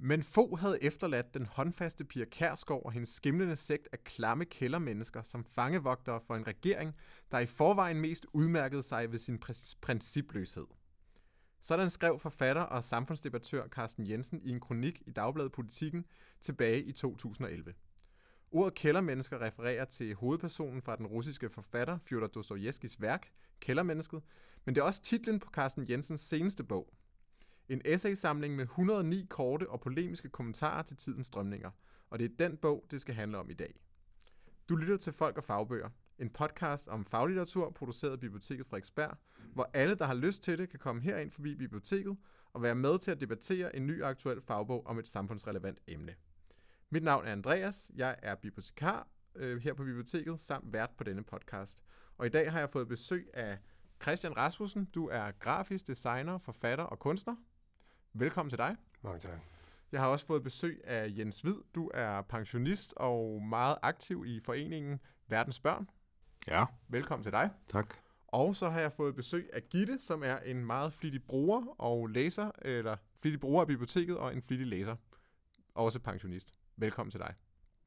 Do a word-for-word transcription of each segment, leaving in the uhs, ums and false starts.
Men få havde efterladt den håndfaste Pia Kjærsgaard og hendes skimlende sekt af klamme kældermennesker som fangevogtere for en regering, der i forvejen mest udmærkede sig ved sin pr- principløshed. Sådan skrev forfatter og samfundsdebattør Carsten Jensen i en kronik i Dagbladet Politikken tilbage i to tusind og elleve. Ordet kældermennesker refererer til hovedpersonen fra den russiske forfatter Fjodor Dostojevskijs værk, Kældermennesket, men det er også titlen på Carsten Jensens seneste bog. En essaysamling med et hundrede og ni korte og polemiske kommentarer til tidens strømninger, og det er den bog, det skal handle om i dag. Du lytter til Folk og Fagbøger, en podcast om faglitteratur produceret af Biblioteket Frederiksberg, hvor alle, der har lyst til det, kan komme herind forbi biblioteket og være med til at debattere en ny aktuel fagbog om et samfundsrelevant emne. Mit navn er Andreas, jeg er bibliotekar øh, her på biblioteket, samt vært på denne podcast. Og i dag har jeg fået besøg af Christian Rasmussen. Du er grafisk designer, forfatter og kunstner. Velkommen til dig. Mange tak. Jeg har også fået besøg af Jens Hvid. Du er pensionist og meget aktiv i foreningen Verdens Børn. Ja. Velkommen til dig. Tak. Og så har jeg fået besøg af Gitte, som er en meget flittig bruger og læser, eller flittig bruger af biblioteket og en flittig læser. Også pensionist. Velkommen til dig.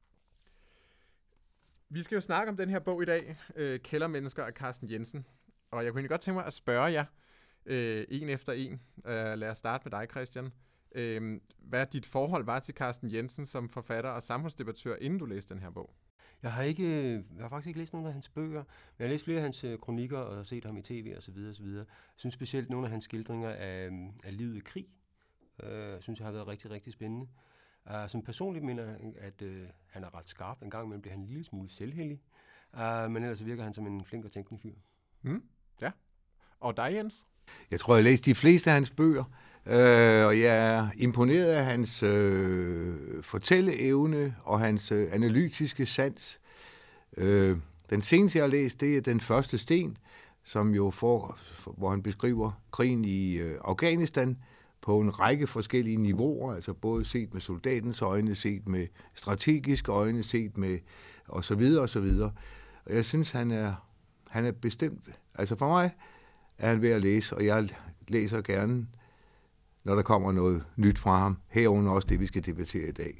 Vi skal jo snakke om den her bog i dag, øh, Kældermennesker af Carsten Jensen. Og jeg kunne egentlig godt tænke mig at spørge jer, øh, en efter en. Øh, lad os starte med dig, Christian. Øh, hvad dit forhold var til Carsten Jensen som forfatter og samfundsdebattør, inden du læste den her bog? Jeg har, ikke, jeg har faktisk ikke læst nogen af hans bøger, men jeg har læst flere af hans kronikker og set ham i tv og så videre, og så videre. Jeg synes specielt nogle af hans skildringer af, af livet i krig, øh, synes jeg har været rigtig, rigtig spændende. Uh, som personligt mener jeg, at uh, han er ret skarp. En gang imellem bliver han en lille smule selvhellig, uh, men ellers virker han som en flink og tænkende fyr. Mm, ja. Og dig, Jens? Jeg tror, jeg har læst de fleste af hans bøger, øh, og jeg er imponeret af hans øh, fortælleevne og hans øh, analytiske sans. Øh, den seneste, jeg har læst, det er Den første sten, som jo får, hvor han beskriver krigen i øh, Afghanistan på en række forskellige niveauer, altså både set med soldatens øjne, set med strategiske øjne, set med og så videre og så videre. Og jeg synes, han er, han er bestemt, altså for mig er han ved at læse, og jeg læser gerne, når der kommer noget nyt fra ham. Herunder også det, vi skal debattere i dag.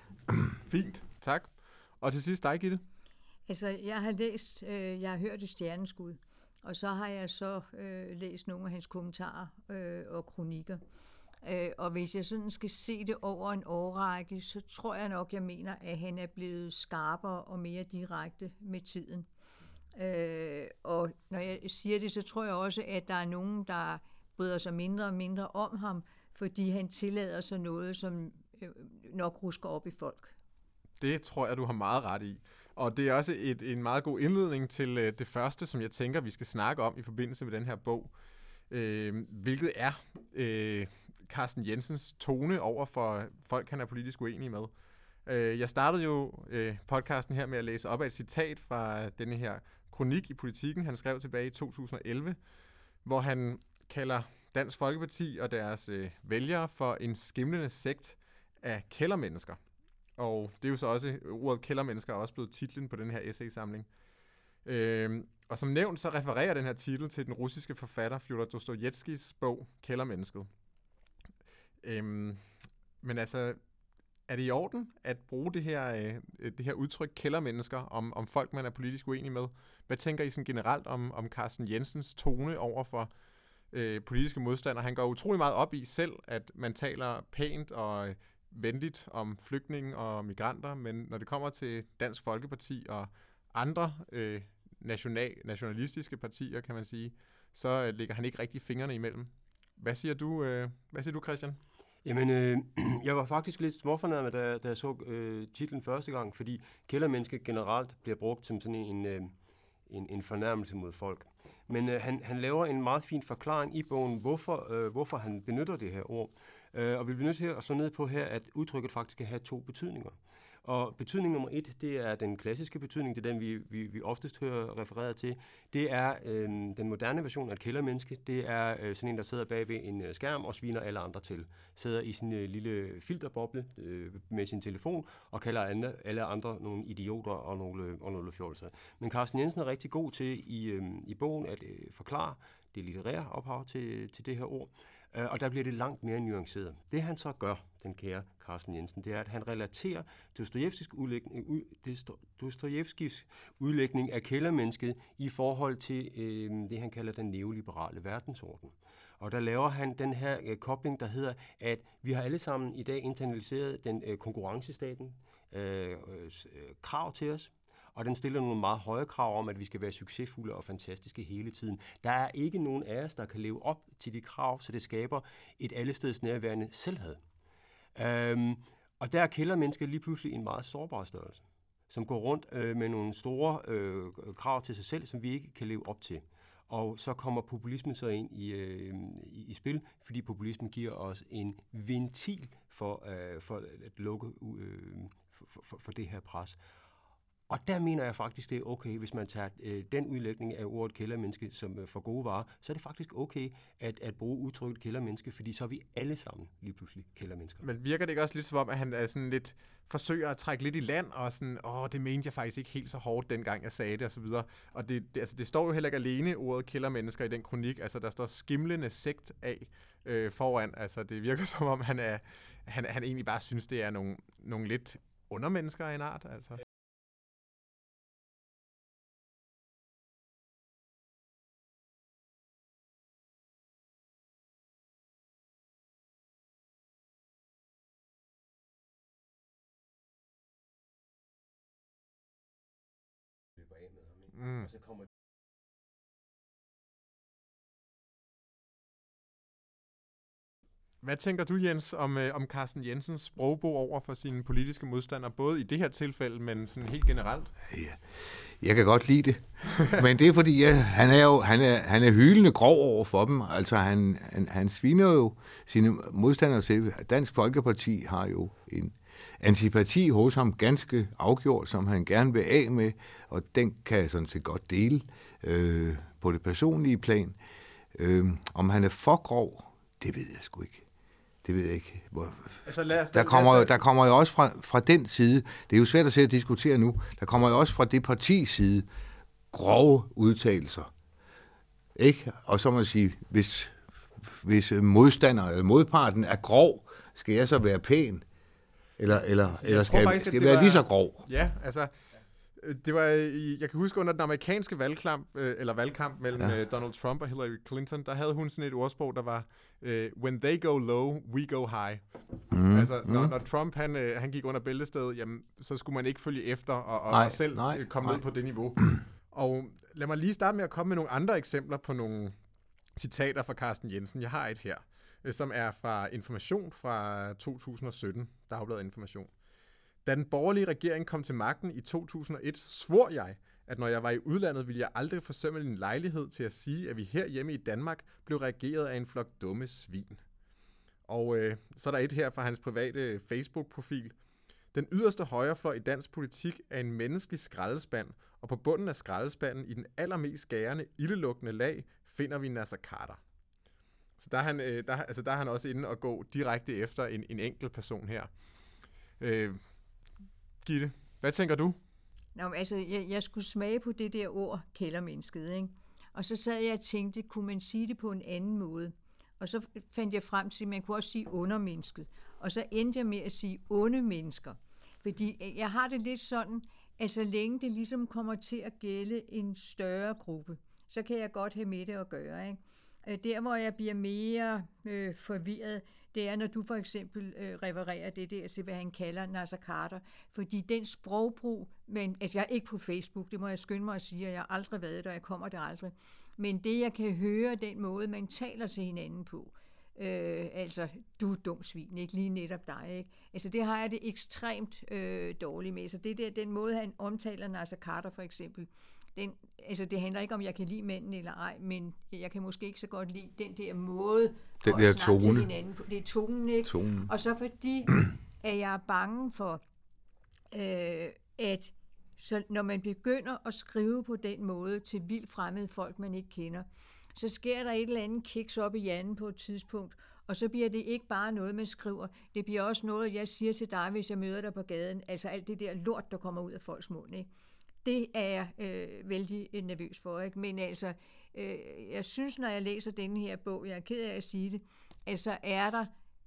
Fint, tak. Og til sidst dig, Gitte? Altså, jeg har læst, øh, jeg har hørt et stjerneskud, og så har jeg så øh, læst nogle af hans kommentarer øh, og kronikker. Øh, og hvis jeg sådan skal se det over en årrække, så tror jeg nok, jeg mener, at han er blevet skarpere og mere direkte med tiden. Øh, og når jeg siger det, så tror jeg også, at der er nogen, der bryder sig mindre og mindre om ham, fordi han tillader sig noget, som øh, nok rusker op i folk. Det tror jeg, du har meget ret i. Og det er også et, en meget god indledning til øh, det første, som jeg tænker, vi skal snakke om i forbindelse med den her bog. Øh, hvilket er øh, Carsten Jensens tone over for folk, han er politisk uenig med. Øh, jeg startede jo øh, podcasten her med at læse op af et citat fra denne her kronik i Politikken, han skrev tilbage i to tusind og elleve, hvor han kalder Dansk Folkeparti og deres øh, vælgere for en skimlende sekt af kældermennesker. Og det er jo så også, ordet kældermennesker er også blevet titlen på den her essaysamling. Øh, og som nævnt, så refererer den her titel til den russiske forfatter Fjodor Dostojevskijs bog Kældermennesket. Øh, men altså, er det i orden at bruge det her, øh, det her udtryk kældermennesker om, om folk, man er politisk uenig med? Hvad tænker I sådan generelt om, om Carsten Jensens tone over for øh, politiske modstandere? Han går utrolig meget op i selv, at man taler pænt og øh, venligt om flygtninge og migranter, men når det kommer til Dansk Folkeparti og andre øh, national, nationalistiske partier, kan man sige, så øh, lægger han ikke rigtig fingrene imellem. Hvad siger du, øh, hvad siger du, Christian? Jamen, øh, jeg var faktisk lidt småfornærmet, da, da jeg så øh, titlen første gang, fordi kældermenneske generelt bliver brugt som sådan en, øh, en, en fornærmelse mod folk. Men øh, han, han laver en meget fin forklaring i bogen, hvorfor, øh, hvorfor han benytter det her ord. Øh, og vi bliver nødt til at slå ned på her, at udtrykket faktisk kan have to betydninger. Og betydning nummer et, det er den klassiske betydning, det er den, vi, vi, vi oftest hører refereret til. Det er øh, den moderne version af et kældermenneske. Det er øh, sådan en, der sidder bag ved en øh, skærm og sviner alle andre til. Sidder i sin øh, lille filterboble øh, med sin telefon og kalder alle, alle andre nogle idioter og nogle, og nogle fjolser. Men Carsten Jensen er rigtig god til i, øh, i bogen at øh, forklare det litterære ophav til, til det her ord. Og der bliver det langt mere nuanceret. Det han så gør, den kære Carsten Jensen, det er, at han relaterer Dostojevskijs udlægning, Dostojevskijs udlægning af kældermennesket i forhold til øh, det, han kalder den neoliberale verdensorden. Og der laver han den her øh, kobling, der hedder, at vi har alle sammen i dag internaliseret den øh, konkurrencestaten øh, øh, krav til os, og den stiller nogle meget høje krav om, at vi skal være succesfulde og fantastiske hele tiden. Der er ikke nogen af os, der kan leve op til de krav, så det skaber et allesteds nærværende selvhad. Øhm, og der er kældermennesket lige pludselig en meget sårbar størrelse, som går rundt øh, med nogle store øh, krav til sig selv, som vi ikke kan leve op til. Og så kommer populismen så ind i, øh, i, i spil, fordi populismen giver os en ventil for, øh, for at lukke øh, for, for, for det her pres. Og der mener jeg faktisk, det er okay, hvis man tager øh, den udlægning af ordet kældermenneske som øh, for gode varer, så er det faktisk okay at, at bruge udtrykket kældermenneske, fordi så er vi alle sammen lige pludselig kældermennesker. Men virker det ikke også lidt som om, at han er sådan lidt, forsøger at trække lidt i land, og sådan, åh, det mente jeg faktisk ikke helt så hårdt, dengang jeg sagde det, og så videre. Og det, det, altså, det står jo heller ikke alene, ordet kældermennesker, i den kronik. Altså, der står skimlende sekt af øh, foran. Altså, det virker som om, han, er, han, han egentlig bare synes, det er nogle, nogle lidt undermennesker af en art, altså. Af med ham, ikke? Mm. Og så kommer Hvad tænker du, Jens, om, øh, om Carsten Jensens sprogbog over for sine politiske modstandere, både i det her tilfælde, men sådan helt generelt? Ja, jeg kan godt lide det, men det er fordi, ja, han er jo han er, han er hylende grov over for dem. Altså, han, han, han sviner jo sine modstandere til. Dansk Folkeparti har jo en antipati hos ham ganske afgjort, som han gerne vil af med, og den kan jeg sådan set godt dele øh, på det personlige plan. Øh, om han er for grov, det ved jeg sgu ikke. Det ved jeg ikke. Hvor... Altså, lad os, der, kommer jo, der kommer jo også fra, fra den side, det er jo svært at se at diskutere nu, der kommer jo også fra det partis side grove udtalelser. Ikke? Og så må man sige, hvis, hvis modstander eller modparten er grov, skal jeg så være pæn? Eller, eller, altså, eller skal, faktisk, skal det være var, lige så grov? Ja, altså, det var, jeg kan huske under den amerikanske valgkamp, eller valgkamp mellem ja. Donald Trump og Hillary Clinton, der havde hun sådan et ordsprog, der var, when they go low, we go high. Mm, altså, mm. Når, når Trump han, han gik under bæltestedet, jamen, så skulle man ikke følge efter og, og, nej, og selv nej, komme nej. ned på det niveau. Og lad mig lige starte med at komme med nogle andre eksempler på nogle citater fra Carsten Jensen. Jeg har et her, som er fra Information fra to tusind og sytten, Dagbladet Information. Da den borgerlige regering kom til magten i to tusind og et, svor jeg, at når jeg var i udlandet, ville jeg aldrig forsømme en lejlighed til at sige, at vi herhjemme i Danmark blev regeret af en flok dumme svin. Og øh, så er der et her fra hans private Facebook-profil. Den yderste højrefløj i dansk politik er en menneskelig skraldespand, og på bunden af skraldespanden i den allermest skærende, ildelugtende lag finder vi Naser Khader. Så der er, han, øh, der, altså der er han også inde og gå direkte efter en, en enkelt person her. Øh, Gitte, hvad tænker du? Nå, altså, jeg, jeg skulle smage på det der ord, kældermennesket, ikke? Og så sad jeg og tænkte, kunne man sige det på en anden måde? Og så fandt jeg frem til, at man kunne også sige undermennesket. Og så endte jeg med at sige onde mennesker. Fordi jeg har det lidt sådan, at så længe det ligesom kommer til at gælde en større gruppe, så kan jeg godt have med det at gøre, ikke? Der, hvor jeg bliver mere øh, forvirret, det er, når du for eksempel øh, refererer det der til, hvad han kalder Naser Khader. Fordi den sprogbrug, men, altså jeg er ikke på Facebook, det må jeg skynde mig at sige, og jeg har aldrig været der, og jeg kommer der aldrig. Men det, jeg kan høre, den måde, man taler til hinanden på, øh, altså, du er dum svin, ikke? Lige netop dig, ikke? Altså, det har jeg det ekstremt øh, dårligt med. Så det der, den måde, han omtaler Naser Khader for eksempel, Den, altså det handler ikke om, jeg kan lide mænden eller ej, men jeg kan måske ikke så godt lide den der måde den at der snakke tone. til hinanden på. Det er tonen, ikke? Tonen. Og så fordi, at jeg er bange for, øh, at så når man begynder at skrive på den måde til vildt fremmede folk, man ikke kender, så sker der et eller andet kiks op i hjernen på et tidspunkt, og så bliver det ikke bare noget, man skriver. Det bliver også noget, jeg siger til dig, hvis jeg møder dig på gaden. Altså alt det der lort, der kommer ud af folks mund, ikke? Det er jeg øh, vældig nervøs for, ikke? Men altså, øh, jeg synes, når jeg læser denne her bog, jeg er ked af at sige det, altså er der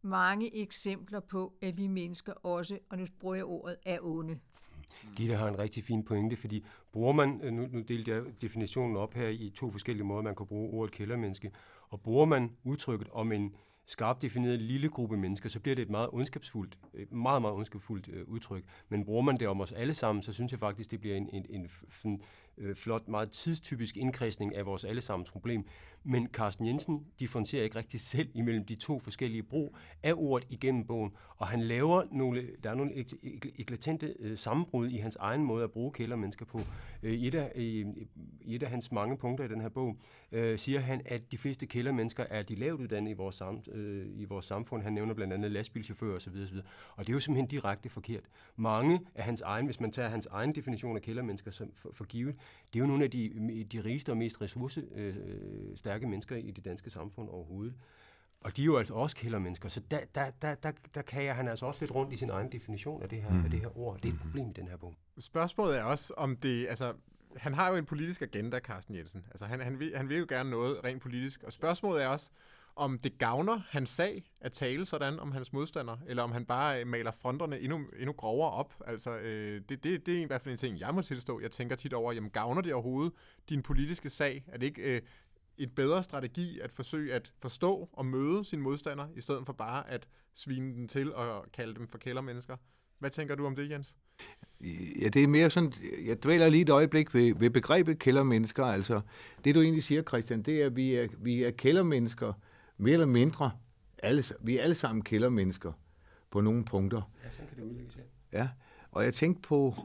mange eksempler på, at vi mennesker også, og nu bruger jeg ordet, er onde. Gitte har en rigtig fin pointe, fordi bruger man, nu, nu delte jeg definitionen op her i to forskellige måder, man kan bruge ordet kældermenneske, og bruger man udtrykket om en skarpt defineret lille gruppe mennesker, så bliver det et meget ondskabsfuldt, et meget, meget ondskabsfuldt øh, udtryk. Men bruger man det om os alle sammen, så synes jeg faktisk, det bliver en, en, en sådan, øh, flot, meget tidstypisk indkredsning af vores allesammens problem. Men Carsten Jensen differentierer ikke rigtig selv imellem de to forskellige brug af ordet igennem bogen, og han laver nogle, der er nogle eklatante øh, sammenbrud i hans egen måde at bruge kældermennesker på. Øh, i, et af, i, I et af hans mange punkter i den her bog, øh, siger han, at de fleste kældermennesker er de lavt uddannede i vores, sam, øh, i vores samfund. Han nævner blandt andet lastbilchauffører osv. osv. Og det er jo simpelthen direkte forkert. Mange af hans egen, hvis man tager hans egen definition af kældermennesker som for, for givet, det er jo nogle af de, de rigeste og mest ressourcestærke mennesker i det danske samfund overhovedet. Og de er jo altså også kældermennesker, så der, der, der, der, der kan han altså også lidt rundt i sin egen definition af det her, mm. af det her ord. Det er et problem i den her bog. Spørgsmålet er også, om det, altså, han har jo en politisk agenda, Carsten Jensen. Altså, han, han, vil, han vil jo gerne noget rent politisk. Og spørgsmålet er også, om det gavner hans sag at tale sådan om hans modstandere, eller om han bare maler fronterne endnu, endnu grovere op. Altså, øh, det, det, det er i hvert fald en ting, jeg må tilstå. Jeg tænker tit over, jamen, gavner det overhovedet din politiske sag? Er det ikke øh, et bedre strategi at forsøge at forstå og møde sine modstandere, i stedet for bare at svine dem til og kalde dem for kældermennesker? Hvad tænker du om det, Jens? Ja, det er mere sådan, jeg dvæler lige et øjeblik ved, ved begrebet kældermennesker. Altså, det du egentlig siger, Christian, det er, at vi er, vi er kældermennesker, mere eller mindre. Alle, vi er alle sammen kældermennesker på nogle punkter. Ja, sådan kan det udlægges, ja. Ja, og jeg tænkte på,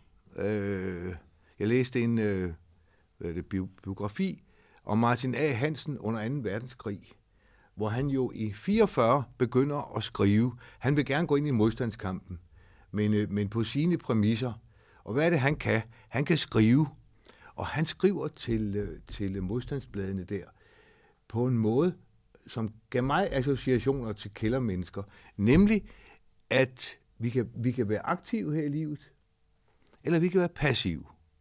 øh, jeg læste en øh, det, biografi om Martin A. Hansen under anden verdenskrig, hvor han jo i fireogfyrre begynder at skrive. Han vil gerne gå ind i modstandskampen, men, øh, men på sine præmisser. Og hvad er det, han kan? Han kan skrive, og han skriver til, øh, til modstandsbladene der på en måde, som gav mig associationer til kældermennesker, nemlig at vi kan, vi kan være aktive her i livet, eller vi kan være passive.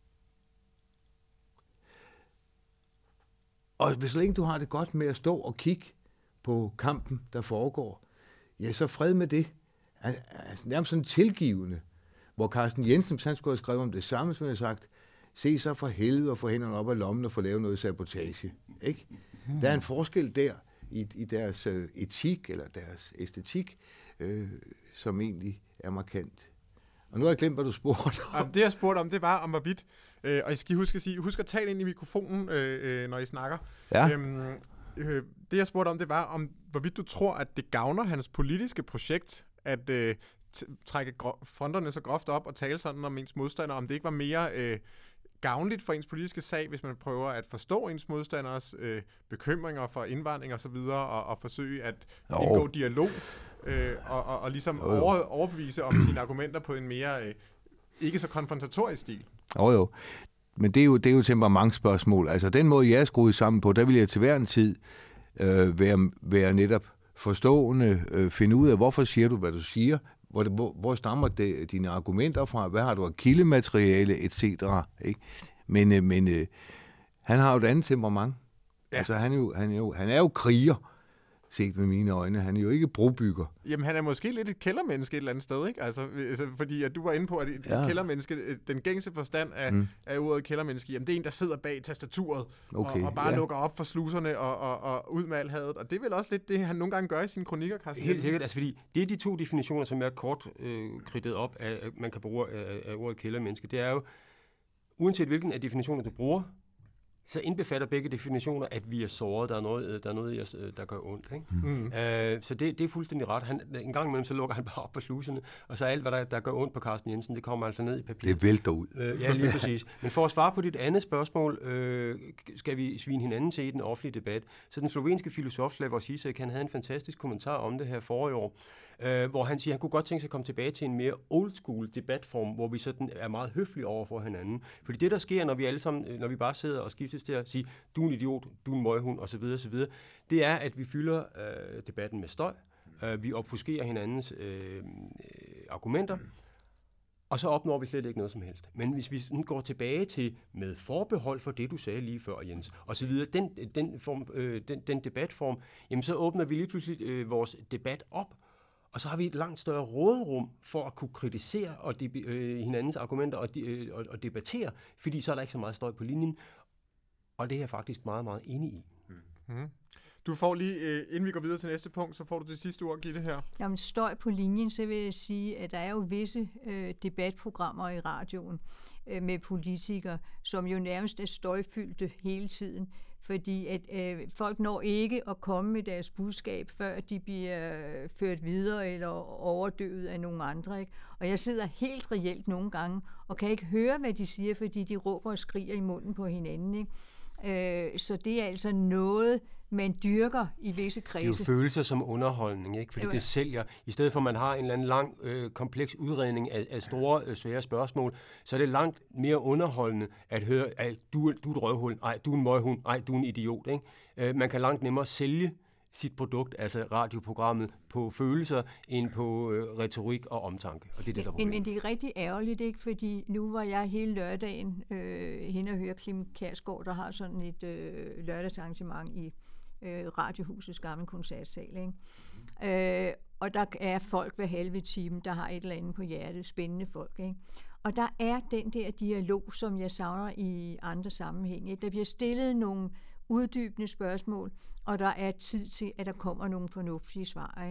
Og hvis længe du har det godt med at stå og kigge på kampen, der foregår, ja, så fred med det. Altså, nærmest sådan tilgivende, hvor Carsten Jensen, han skulle have skrevet om det samme, som jeg har sagt, se så for helvede og få hænderne op af lommen og få lavet noget sabotage. Ikke? Der er en forskel der i, i deres øh, etik eller deres æstetik, øh, som egentlig er markant. Og nu har jeg glemt, hvad du spurgte om. Det, jeg spurgte om, det var om hvorvidt, øh, og I skal huske at sige, husk at tale ind i mikrofonen, øh, når I snakker. Ja. Øhm, øh, det, jeg spurgte om, det var, om hvorvidt du tror, at det gavner hans politiske projekt, at øh, t- trække gro- fronterne så groft op og tale sådan om ens modstandere, om det ikke var mere øh, gavnligt for ens politiske sag, hvis man prøver at forstå ens modstanders øh, bekymringer for indvandring og så videre, og, og forsøge at indgå dialog, øh, og, og, og ligesom over, overbevise om sine argumenter på en mere øh, ikke så konfrontatorisk stil. Jo jo, men det er jo, det er jo temperamentsspørgsmål. Altså den måde, jeg er skruet sammen på, der vil jeg til hver en tid øh, være, være netop forstående, øh, finde ud af, hvorfor siger du, hvad du siger, hvor, det, hvor, hvor stammer det, dine argumenter fra, hvad har du af kildemateriale, et cetera. Ikke? Men, øh, men øh, han har jo et andet temperament. Ja. Altså han er, jo, han, er jo, han er jo kriger, set med mine øjne. Han er jo ikke brobygger. Jamen, han er måske lidt et kældermenneske et eller andet sted, ikke? Altså, altså fordi at du var inde på, at et ja. kældermenneske, den gængse forstand af, mm. af ordet kældermenneske, jamen det er en, der sidder bag tastaturet okay, og, og bare ja. lukker op for sluserne og, og, og ud med alhadet. Og det er vel også lidt det, han nogle gange gør i sine kronikker, Carsten. Helt sikkert, altså fordi det er de to definitioner, som er kort øh, kridtet op, af, at man kan bruge af, af ordet kældermenneske. Det er jo, uanset hvilken af definitioner du bruger, så indbefatter begge definitioner, at vi er såret, der er noget, der er noget i os, der gør ondt. Ikke? Mm. Øh, så det, det er fuldstændig ret. Han, en gang imellem, så lukker han bare op på sluserne, og så alt, hvad der, der gør ondt på Carsten Jensen, det kommer altså ned i papiret. Det vælter ud. Øh, ja, lige præcis. Men for at svare på dit andet spørgsmål, øh, skal vi svine hinanden til i den offentlige debat. Så den slovenske filosof Slavoj Žižek, han havde en fantastisk kommentar om det her forrige år, øh, hvor han siger, at han kunne godt tænke sig at komme tilbage til en mere old school debatform, hvor vi sådan er meget høflige over for hinanden. Fordi det, der sker, når vi alle sammen, når vi bare sidder og skiftes til at sige, du er en idiot, du er en møghund, osv., osv., det er, at vi fylder øh, debatten med støj, øh, vi opfuskerer hinandens øh, argumenter, Og så opnår vi slet ikke noget som helst. Men hvis vi sådan går tilbage til med forbehold for det, du sagde lige før, Jens, og så videre, den, den, form, øh, den, den debatform, jamen så åbner vi lige pludselig øh, vores debat op, og så har vi et langt større råderum for at kunne kritisere og de, øh, hinandens argumenter og, de, øh, og, og debattere, fordi så er der ikke så meget støj på linjen, og det er jeg faktisk meget, meget enig i. Mm. Du får lige, øh, inden vi går videre til næste punkt, så får du det sidste ord, Gitte, her. Jamen støj på linjen, så vil jeg sige, at der er jo visse øh, debatprogrammer i radioen øh, med politikere, som jo nærmest er støjfyldte hele tiden, fordi at øh, folk når ikke at komme med deres budskab, før de bliver øh, ført videre eller overdøvet af nogle andre. Ikke? Og jeg sidder helt reelt nogle gange og kan ikke høre, hvad de siger, fordi de råber og skriger i munden på hinanden. Ikke? Øh, så det er altså noget, man dyrker i visse kredse. Det er jo følelser som underholdning, ikke? Fordi Jo. det sælger. I stedet for, at man har en eller anden lang, øh, kompleks udredning af, af store, øh, svære spørgsmål, så er det langt mere underholdende at høre, at du, du er et røvhul, ej, du er en møghund, ej, du er en idiot. Ikke? Øh, man kan langt nemmere sælge sit produkt, altså radioprogrammet, på følelser, end på øh, retorik og omtanke. Og det er det, der er Men, men problemet. det er rigtig ærgerligt, ikke? Fordi nu var jeg hele lørdagen øh, hen og høre Kim Kjærsgaard, der har sådan et øh, lørdagsarrangement i øh, Radiohusets gamle koncertsal. Ikke? Øh, og der er folk hver halve time, der har et eller andet på hjertet, spændende folk. Ikke? Og der er den der dialog, som jeg savner i andre sammenhænge. Ikke? Der bliver stillet nogle uddybende spørgsmål, og der er tid til, at der kommer nogle fornuftige svar.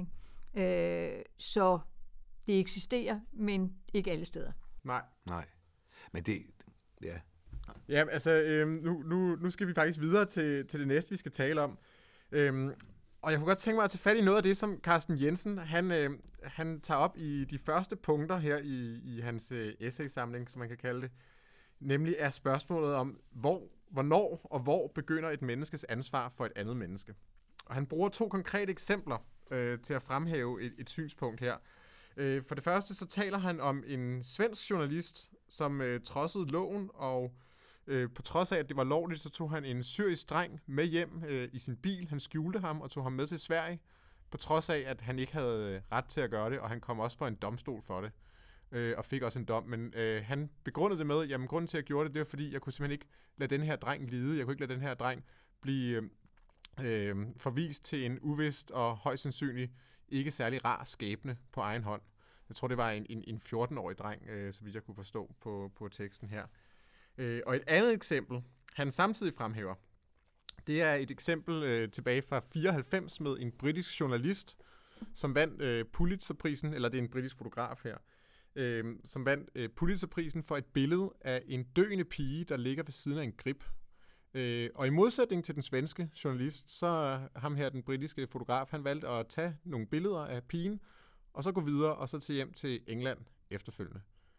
Ikke? Øh, så det eksisterer, men ikke alle steder. Nej. Nej. Men det, ja. Ja, altså, øhm, nu, nu, nu skal vi faktisk videre til, til det næste, vi skal tale om. Øhm, og jeg kunne godt tænke mig at tage fat i noget af det, som Carsten Jensen, han, øh, han tager op i de første punkter her i, i hans øh, essaysamling, som man kan kalde det. Nemlig er spørgsmålet om, hvor, hvornår og hvor begynder et menneskes ansvar for et andet menneske. Og han bruger to konkrete eksempler øh, til at fremhæve et, et synspunkt her. Øh, for det første så taler han om en svensk journalist, som øh, trodsede loven, og øh, på trods af, at det var lovligt, så tog han en syrisk dreng med hjem øh, i sin bil. Han skjulte ham og tog ham med til Sverige, på trods af, at han ikke havde ret til at gøre det, og han kom også for en domstol for det, øh, og fik også en dom. Men øh, han begrundede det med, jamen grunden til, at jeg gjorde det, det var fordi, jeg kunne simpelthen ikke lade den her dreng lide. Jeg kunne ikke lade den her dreng blive øh, øh, forvist til en uvist og højst sandsynlig ikke særlig rar skæbne på egen hånd. Jeg tror, det var en, en, en fjorten-årig dreng, øh, så vidt jeg kunne forstå på, på teksten her. Øh, og et andet eksempel, han samtidig fremhæver, det er et eksempel øh, tilbage fra fireoghalvfems med en britisk journalist, som vandt øh, Pulitzerprisen, eller det er en britisk fotograf her, øh, som vandt øh, Pulitzerprisen for et billede af en døende pige, der ligger ved siden af en grib. Øh, og i modsætning til den svenske journalist, så ham her, den britiske fotograf, han valgte at tage nogle billeder af pigen, og så gå videre, og så til hjem til England efterfølgende.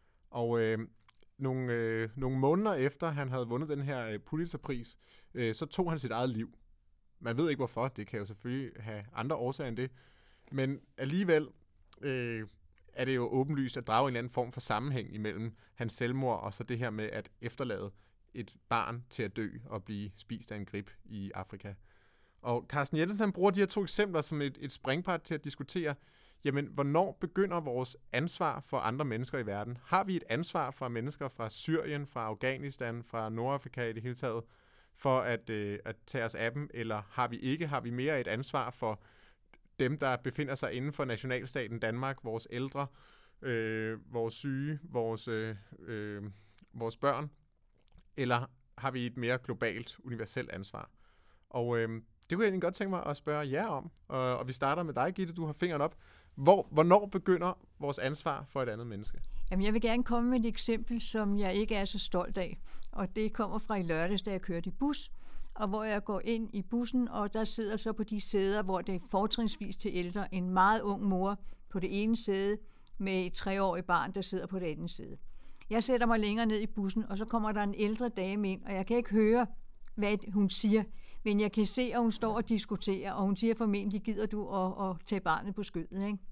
Og øh, nogle, øh, nogle måneder efter, han havde vundet den her øh, Pulitzerpris, øh, så tog han sit eget liv. Man ved ikke hvorfor, det kan jo selvfølgelig have andre årsager end det, men alligevel øh, er det jo åbenlyst at drage en eller anden form for sammenhæng imellem hans selvmord og så det her med at efterlade et barn til at dø og blive spist af en grib i Afrika. Og Carsten Jensen, han bruger de her to eksempler som et, et springbræt til at diskutere, jamen, hvornår begynder vores ansvar for andre mennesker i verden? Har vi et ansvar for mennesker fra Syrien, fra Afghanistan, fra Nordafrika i det hele taget, for at, øh, at tage os af dem, eller har vi ikke? Har vi mere et ansvar for dem, der befinder sig inden for nationalstaten Danmark, vores ældre, øh, vores syge, vores, øh, øh, vores børn? Eller har vi et mere globalt, universelt ansvar? Og øh, det kunne jeg egentlig godt tænke mig at spørge jer om, og, og vi starter med dig, Gitte, du har fingeren op. Hvor, hvornår begynder vores ansvar for et andet menneske? Jamen, jeg vil gerne komme med et eksempel, som jeg ikke er så stolt af. Og det kommer fra i lørdags, da jeg kørte i bus, og hvor jeg går ind i bussen, og der sidder så på de sæder, hvor det er fortrinsvis til ældre, en meget ung mor på det ene sæde med et treårigt barn, der sidder på det andet sæde. Jeg sætter mig længere ned i bussen, og så kommer der en ældre dame ind, og jeg kan ikke høre, hvad hun siger, men jeg kan se, at hun står og diskuterer, og hun siger formentlig, gider du at, at tage barnet på skødet, ikke?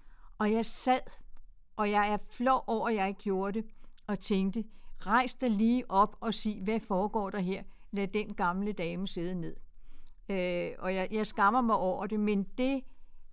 Og jeg sad, og jeg er flov over, at jeg ikke gjorde det, og tænkte, rejs dig lige op og sig, hvad foregår der her? Lad den gamle dame sidde ned. Øh, og jeg, jeg skammer mig over det, men det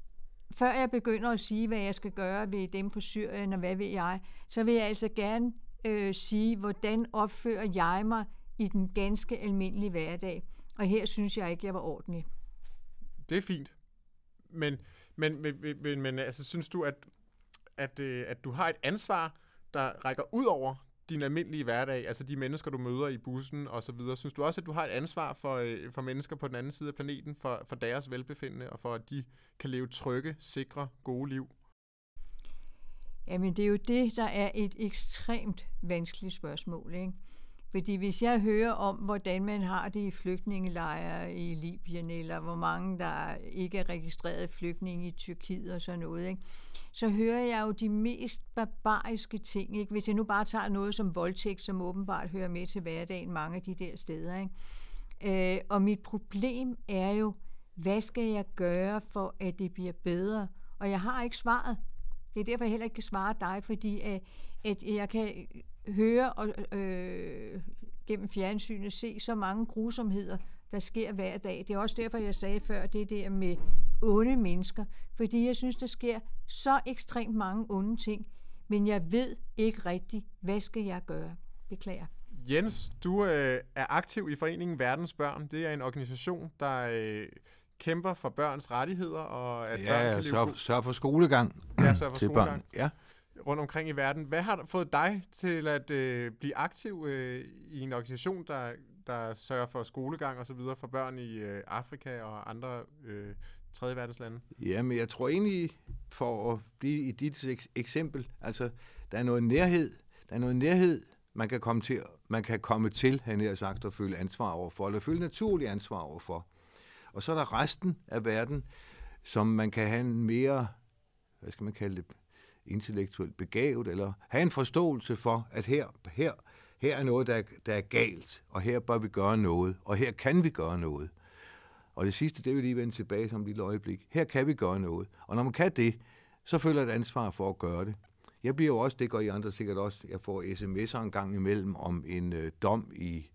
før jeg begynder at sige, hvad jeg skal gøre ved dem på Syrien, og hvad ved jeg, så vil jeg altså gerne øh, sige, hvordan opfører jeg mig i den ganske almindelige hverdag. Og her synes jeg ikke, jeg var ordentlig. Det er fint. Men, men, men, men, men altså, synes du, at, at, øh, at du har et ansvar, der rækker ud over din almindelige hverdag, altså de mennesker, du møder i bussen og så videre. Synes du også, at du har et ansvar for, øh, for mennesker på den anden side af planeten, for, for deres velbefindende, og for at de kan leve trygge, sikre, gode liv? Jamen, det er jo det, der er et ekstremt vanskeligt spørgsmål, ikke? Fordi hvis jeg hører om, hvordan man har det i flygtningelejre i Libyen, eller hvor mange, der ikke er registreret flygtninge i Tyrkiet og sådan noget, ikke? Så hører jeg jo de mest barbariske ting, ikke? Hvis jeg nu bare tager noget som voldtægt, som åbenbart hører med til hverdagen mange af de der steder, ikke? Øh, og mit problem er jo, hvad skal jeg gøre for, at det bliver bedre? Og jeg har ikke svaret. Det er derfor, jeg heller ikke kan svare dig, fordi at, at jeg kan høre og øh, gennem fjernsynet se så mange grusomheder, der sker hver dag. Det er også derfor, jeg sagde før, det der med onde mennesker, fordi jeg synes, der sker så ekstremt mange onde ting, men jeg ved ikke rigtigt, hvad skal jeg gøre? Beklager. Jens, du øh, er aktiv i foreningen Verdens Børn. Det er en organisation, der øh, kæmper for børns rettigheder, og at ja, børn kan leve sørg, sørg for skolegang ja, sørg for til skolegang. børn. Ja. Rundt omkring i verden. Hvad har fået dig til at øh, blive aktiv øh, i en organisation, der, der sørger for skolegang og så videre for børn i øh, Afrika og andre øh, tredje verdenslande? Jamen, jeg tror egentlig, for at blive i dit ek- eksempel, altså, der er noget nærhed, der er noget nærhed, man kan komme til, man kan komme til, han har sagt, at føle ansvar overfor, eller føle naturlig ansvar overfor. Og så er der resten af verden, som man kan have en mere, hvad skal man kalde det, intellektuelt begavet, eller have en forståelse for, at her, her, her er noget, der er, der er galt, og her bør vi gøre noget, og her kan vi gøre noget. Og det sidste, det vil lige vende tilbage som et lille øjeblik. Her kan vi gøre noget. Og når man kan det, så føler jeg et ansvar for at gøre det. Jeg bliver jo også, det gør I andre sikkert også, jeg får sms'er en gang imellem om en øh, dom i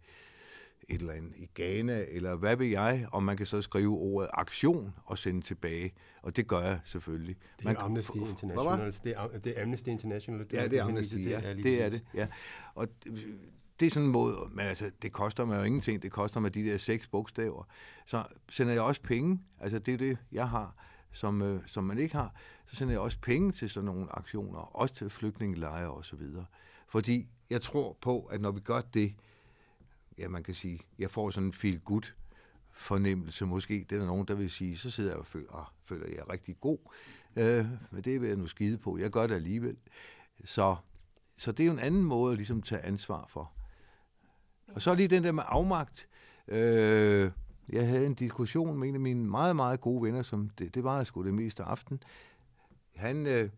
et eller andet, i Ghana, eller hvad ved jeg, og man kan så skrive ordet aktion og sende tilbage, og det gør jeg selvfølgelig. Det er man Amnesty kan, International. Det er, det er Amnesty International. Ja, det er Amnesty, ja, ja det er det, ja. Og det, det er sådan en måde, men altså, det koster mig jo ingenting, det koster mig de der seks bogstaver. Så sender jeg også penge, altså det er det, jeg har, som, øh, som man ikke har, så sender jeg også penge til sådan nogle aktioner, også til flygtningelejre og så videre. Fordi jeg tror på, at når vi gør det, ja, man kan sige, jeg får sådan en feel-good fornemmelse måske, det er der nogen, der vil sige, så sidder jeg og føler, åh, føler jeg er rigtig god, øh, men det vil jeg nu skide på, jeg gør det alligevel. Så, så det er jo en anden måde at ligesom tage ansvar for. Og så lige den der med afmagt. Øh, jeg havde en diskussion med en af mine meget, meget gode venner, som det, det var sgu det meste af aften. Han, øh,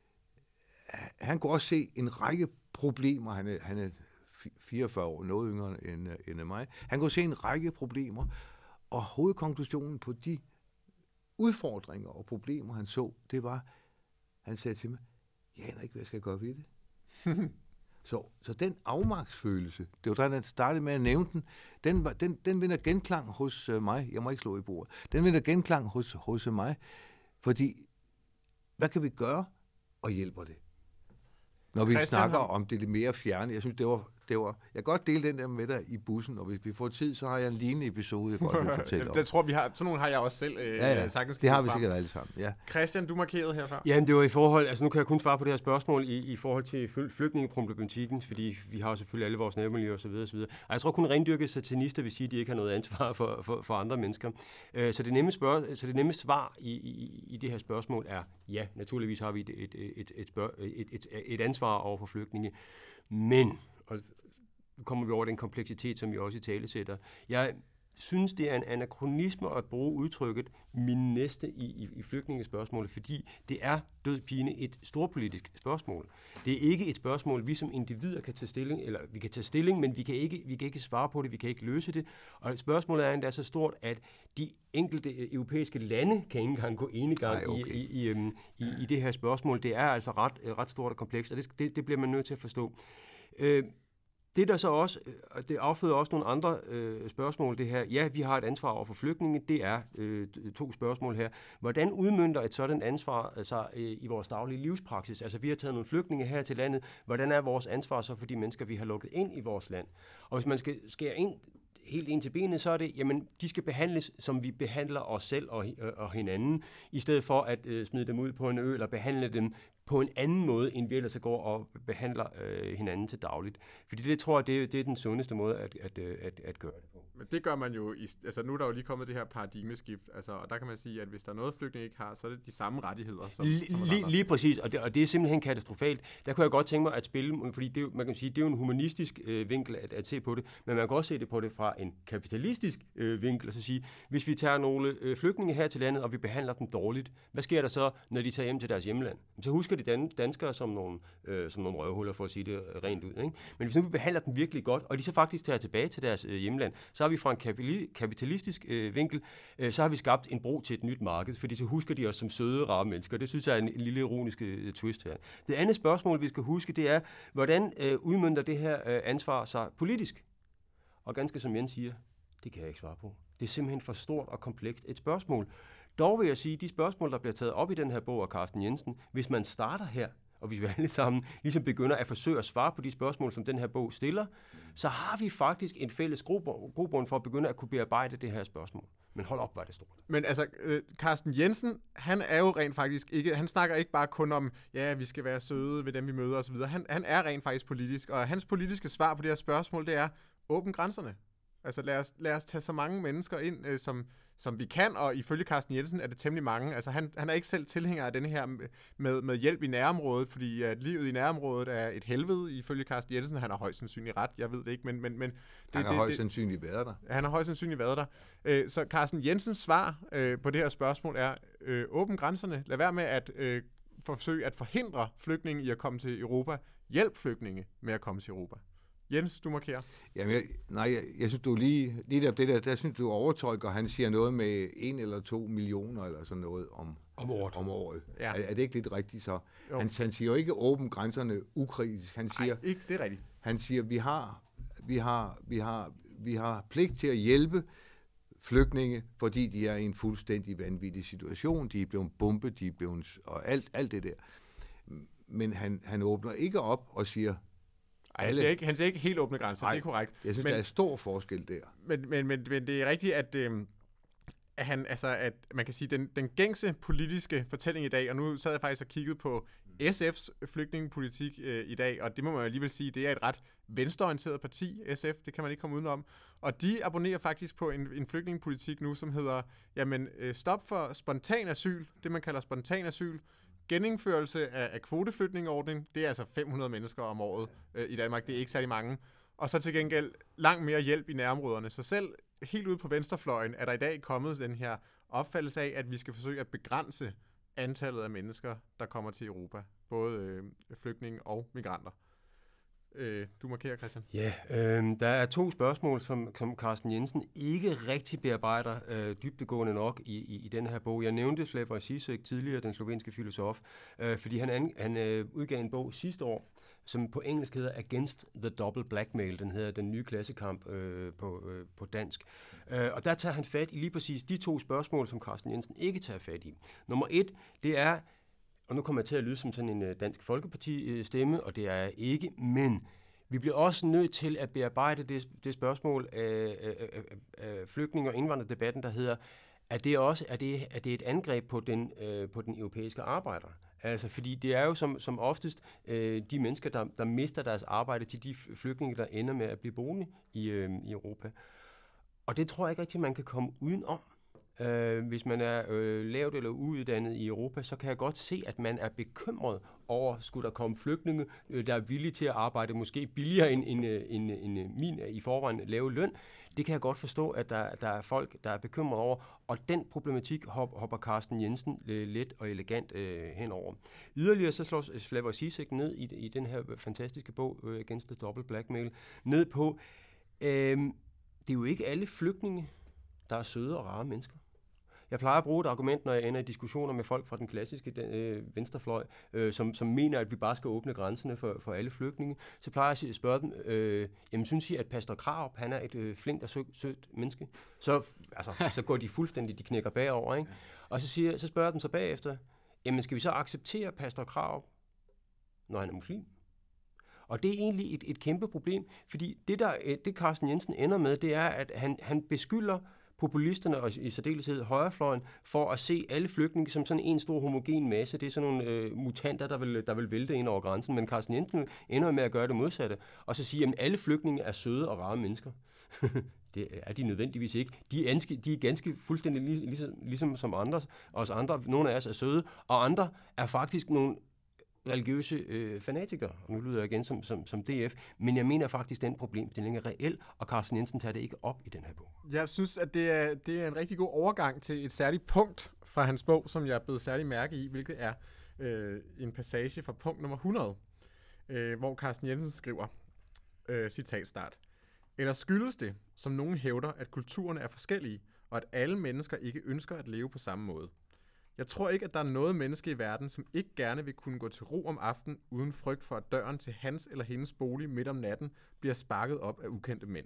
han kunne også se en række problemer, han er, han er fireogfyrre år, noget yngre end, end mig. Han kunne se en række problemer, og hovedkonklusionen på de udfordringer og problemer, han så, det var, han sagde til mig, jeg aner ikke, hvad jeg skal gøre ved det. så, så den afmagtsfølelse, det var der, han startede med at nævne den, den, var, den, den vinder genklang hos uh, mig. Jeg må ikke slå i bordet. Den vinder genklang hos, hos mig, fordi, hvad kan vi gøre, og hjælper det? Når vi Christian, snakker om det lidt mere fjerne. Jeg synes, det var, det var... Jeg kan godt dele den der med dig i bussen, og hvis vi får tid, så har jeg en lignende episode, jeg godt vil fortælle om. Det tror vi har... Sådan nogle har jeg også selv øh, ja, ja. sagtens. Det har vi sikkert alle sammen, ja. Christian, du markerede herfra. Jamen, det var i forhold... Altså, nu kan jeg kun svare på det her spørgsmål i, i forhold til flygtningeproblematikken, fordi vi har jo selvfølgelig alle vores nærmiljøer og så videre, og så videre. Og jeg tror kun rendyrkede satanister vil sige, at de ikke har noget ansvar for, for, for andre mennesker. Øh, så, det nemme spørg... så det nemme svar i, i, i det her spørgsmål er, ja, naturligvis har vi et, et, et, et, spørg... et, et, et ansvar over for flygtninge. Men... Og nu kommer vi over den kompleksitet, som vi også i tale sætter. Jeg synes, det er en anakronisme at bruge udtrykket min næste i, i, i flygtningespørgsmålet, fordi det er død pine et storpolitisk spørgsmål. Det er ikke et spørgsmål, vi som individer kan tage stilling, eller vi kan tage stilling, men vi kan ikke, vi kan ikke svare på det, vi kan ikke løse det. Og spørgsmålet er endda så stort, at de enkelte europæiske lande kan ikke engang gå enegang Nej, okay. i, i, i, i, i det her spørgsmål. Det er altså ret, ret stort og komplekst, og det, det, det bliver man nødt til at forstå. Øh, Det der så også, det afføder også nogle andre øh, spørgsmål, det her. Ja, vi har et ansvar over for flygtninge. Det er øh, to spørgsmål her. Hvordan udmønter et sådan ansvar altså, øh, i vores daglige livspraksis? Altså, vi har taget nogle flygtninge her til landet. Hvordan er vores ansvar så for de mennesker, vi har lukket ind i vores land? Og hvis man skal skære ind helt ind til benet, så er det, jamen, de skal behandles, som vi behandler os selv og, og hinanden, i stedet for at øh, smide dem ud på en ø, eller behandle dem på en anden måde, end vi ellers går og behandler øh, hinanden til dagligt. Fordi det tror jeg, det, det er den sundeste måde at, at, at, at gøre det på. Men det gør man jo, i, altså nu er der jo lige kommet det her paradigmeskift, altså, og der kan man sige, at hvis der er noget, flygtninge ikke har, så er det de samme rettigheder som, L- som lige, lige præcis, og det, og det er simpelthen katastrofalt. Der kunne jeg godt tænke mig at spille, fordi det, man kan sige, det er jo en humanistisk øh, vinkel at, at se på det, men man kan også se det på det fra en kapitalistisk øh, vinkel, og så sige, hvis vi tager nogle øh, flygtninge her til landet, og vi behandler dem dårligt, hvad sker der så, når de tager hjem til deres hjemland? Så husker de dan- danskere som nogle, øh, som nogle røvhuller, for at sige det rent ud. Ikke? Men hvis nu vi behandler dem virkelig godt, og de så faktisk tager tilbage til deres øh, hjemland, så har vi fra en kapitalistisk øh, vinkel, øh, så har vi skabt en bro til et nyt marked, fordi så husker de os som søde, rare mennesker. Det synes jeg er en, en lille ironisk øh, twist her. Det andet spørgsmål, vi skal huske, det er, hvordan øh, udmønter det her øh, ansvar sig politisk? Og ganske som Jens siger, det kan jeg ikke svare på. Det er simpelthen for stort og komplekst et spørgsmål. Dog vil jeg sige, de spørgsmål, der bliver taget op i den her bog af Carsten Jensen, hvis man starter her, og hvis vi alle sammen ligesom begynder at forsøge at svare på de spørgsmål, som den her bog stiller, så har vi faktisk en fælles grobund for at begynde at kunne bearbejde det her spørgsmål. Men hold op, hvor er det stort. Men altså, øh, Carsten Jensen, han er jo rent faktisk ikke, han snakker ikke bare kun om, ja, vi skal være søde ved dem, vi møder osv. Han, han er rent faktisk politisk, og hans politiske svar på det her spørgsmål, det er, åbn grænserne. Altså lad os, lad os tage så mange mennesker ind, øh, som, som vi kan, og ifølge Carsten Jensen er det temmelig mange. Altså han, han er ikke selv tilhænger af den her med, med hjælp i nærområdet, fordi at livet i nærområdet er et helvede ifølge Carsten Jensen. Han har højst sandsynligt ret, jeg ved det ikke, men... men, men det, han har det, højst det, sandsynligt været der. Han har højst sandsynligt været der. Øh, så Carsten Jensens svar øh, på det her spørgsmål er, øh, åbn grænserne, lad være med at øh, forsøge at forhindre flygtninge i at komme til Europa. Hjælp flygtninge med at komme til Europa. Jens, du markerer. Jamen, jeg, nej, jeg, jeg synes, du lige, lige der, det der, der synes du overtolker, han siger noget med en eller to millioner eller sådan noget om, om året. Om året. Ja. Er, er det ikke lidt rigtigt så? Han, han siger jo ikke åbn grænserne ukritisk. Han siger, Nej, ikke, det er rigtigt. Han siger, vi har, vi har, vi har, vi har pligt til at hjælpe flygtninge, fordi de er i en fuldstændig vanvittig situation. De er blevet bombet, de er blevet, og alt, alt det der. Men han, han åbner ikke op og siger, Ej, han, siger ikke, han siger ikke helt åbne grænser, Ej, det er korrekt. Jeg synes, men, der er stor forskel der. Men, men, men, men det er rigtigt, at, øh, at, han, altså, at man kan sige, den, den gængse politiske fortælling i dag, og nu sad jeg faktisk og kiggede på S F's flygtningepolitik øh, i dag, og det må man alligevel sige, det er et ret venstreorienteret parti, S F, det kan man ikke komme udenom. Og de abonnerer faktisk på en, en flygtningepolitik nu, som hedder, jamen, øh, stop for spontan asyl, det man kalder spontan asyl, genindførelse af, af kvoteflygtningeordning, det er altså fem hundrede mennesker om året øh, i Danmark, det er ikke særlig mange. Og så til gengæld langt mere hjælp i nærområderne. Så selv helt ude på venstrefløjen er der i dag kommet den her opfattelse af, at vi skal forsøge at begrænse antallet af mennesker, der kommer til Europa. Både øh, flygtninge og migranter. Øh, du markerer, Christian. Ja, øh, der er to spørgsmål, som, som Carsten Jensen ikke rigtig bearbejder øh, dybdegående nok i, i, i den her bog. Jeg nævnte Slavoj Žižek tidligere, den slovenske filosof, øh, fordi han, an, han øh, udgav en bog sidste år, som på engelsk hedder Against the Double Blackmail. Den hedder Den nye klassekamp øh, på, øh, på dansk. Øh, og der tager han fat i lige præcis de to spørgsmål, som Carsten Jensen ikke tager fat i. Nummer et, det er, og nu kommer jeg til at lyde som sådan en Dansk Folkeparti-stemme, og det er jeg ikke, men vi bliver også nødt til at bearbejde det, det spørgsmål af, af, af, af flygtninge- og indvandrerdebatten, der hedder, er det også er det, er det et angreb på den, øh, på den europæiske arbejder? Altså, fordi det er jo som, som oftest øh, de mennesker, der, der mister deres arbejde til de flygtninge, der ender med at blive boende i, øh, i Europa. Og det tror jeg ikke rigtig, man kan komme udenom. Uh, hvis man er uh, lavt eller uuddannet i Europa, så kan jeg godt se, at man er bekymret over, skulle der komme flygtninge, uh, der er villige til at arbejde måske billigere end, end, end, end min i forvejen lave løn. Det kan jeg godt forstå, at der, der er folk, der er bekymret over, og den problematik hop, hopper Carsten Jensen uh, let og elegant uh, henover. Yderligere så slår Slavoj Žižek ned i, i den her fantastiske bog, uh, Against the Double Blackmail, ned på, uh, det er jo ikke alle flygtninge, der er søde og rare mennesker. Jeg plejer at bruge et argument, når jeg ender i diskussioner med folk fra den klassiske øh, venstrefløj, øh, som, som mener, at vi bare skal åbne grænserne for, for alle flygtninge. Så plejer jeg at spørge dem, øh, jamen synes I, at Pastor Krarup, han er et øh, flinkt og sø- sødt menneske? Så, altså, så går de fuldstændig, de knækker bagover, ikke? Og så, siger, så spørger jeg dem så bagefter, jamen skal vi så acceptere Pastor Krarup, når han er muslim? Og det er egentlig et, et kæmpe problem, fordi det, der, det Carsten Jensen ender med, det er, at han, han beskylder populisterne og i særdeleshed højrefløjen for at se alle flygtninge som sådan en stor homogen masse. Det er sådan nogle øh, mutanter, der vil, der vil vælte ind over grænsen, men Carsten Jensen ender med at gøre det modsatte, og så sige, at alle flygtninge er søde og rare mennesker. Det er de nødvendigvis ikke. De er, ganske, de er ganske fuldstændig ligesom, ligesom som andre, os andre. Nogle af os er søde, og andre er faktisk nogle religiøse øh, fanatikere. Nu lyder jeg igen som, som, som D F, men jeg mener faktisk, at den problemstilling er reel, og Carsten Jensen tager det ikke op i den her bog. Jeg synes, at det er, det er en rigtig god overgang til et særligt punkt fra hans bog, som jeg er blevet særlig mærke i, hvilket er øh, en passage fra punkt nummer hundrede, øh, hvor Carsten Jensen skriver, øh, citat start, eller skyldes det, som nogen hævder, at kulturerne er forskellige, og at alle mennesker ikke ønsker at leve på samme måde. Jeg tror ikke, at der er noget menneske i verden, som ikke gerne vil kunne gå til ro om aftenen, uden frygt for, at døren til hans eller hendes bolig midt om natten bliver sparket op af ukendte mænd.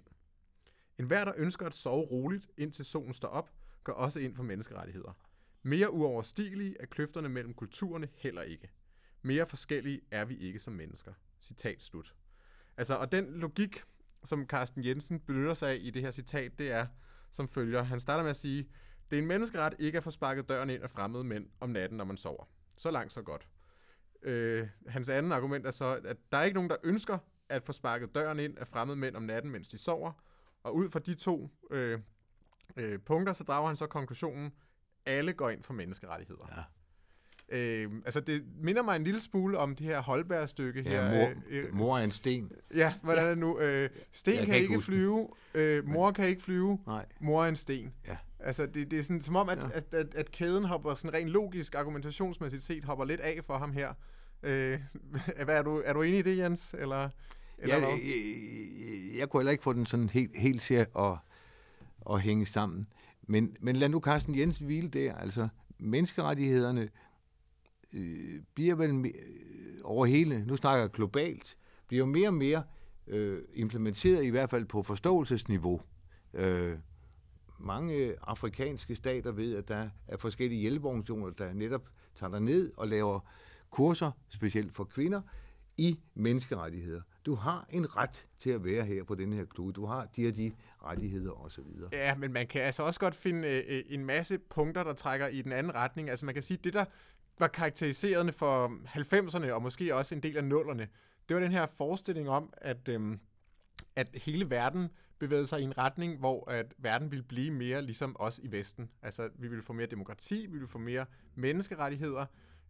En hver, der ønsker at sove roligt, indtil solen står op, går også ind for menneskerettigheder. Mere uoverstigelige er kløfterne mellem kulturerne heller ikke. Mere forskellige er vi ikke som mennesker. Citat slut. Altså, og den logik, som Carsten Jensen benytter sig af i det her citat, det er som følger. Han starter med at sige, det er en menneskeret ikke at få sparket døren ind af fremmede mænd om natten, når man sover. Så langt, så godt. Øh, hans anden argument er så, at der er ikke nogen, der ønsker at få sparket døren ind af fremmede mænd om natten, mens de sover. Og ud fra de to øh, øh, punkter, så drager han så konklusionen, alle går ind for menneskerettigheder. Ja. Øh, altså, det minder mig en lille smule om det her Holberg-stykke ja, her. Mor, øh, mor er en sten. Ja, hvordan er det nu? Øh, sten kan, kan ikke, ikke flyve, øh, mor kan ikke flyve, Nej. Mor er en sten. Ja. Altså, det, det er sådan, som om, at, ja. at, at, at kæden hopper sådan rent logisk, argumentationsmæssigt set, hopper lidt af for ham her. Øh, hvad, er, du, er du enig i det, Jens? Eller, eller ja, jeg, jeg, jeg kunne heller ikke få den sådan helt, helt til at, at hænge sammen. Men, men lad nu Carsten Jensen hvile der. Altså, menneskerettighederne øh, bliver vel øh, over hele, nu snakker jeg globalt, bliver jo mere og mere øh, implementeret, i hvert fald på forståelsesniveau. Øh, mange afrikanske stater ved, at der er forskellige hjælpeorganisationer, der netop tager der ned og laver kurser, specielt for kvinder, i menneskerettigheder. Du har en ret til at være her på den her klode. Du har de og de rettigheder osv. Ja, men man kan altså også godt finde øh, en masse punkter, der trækker i den anden retning. Altså man kan sige, det der var karakteriserende for halvfemserne og måske også en del af nullerne, det var den her forestilling om, at, øhm, at hele verden bevægede sig i en retning, hvor at verden ville blive mere ligesom os i Vesten. Altså vi ville få mere demokrati, vi ville få mere menneskerettigheder,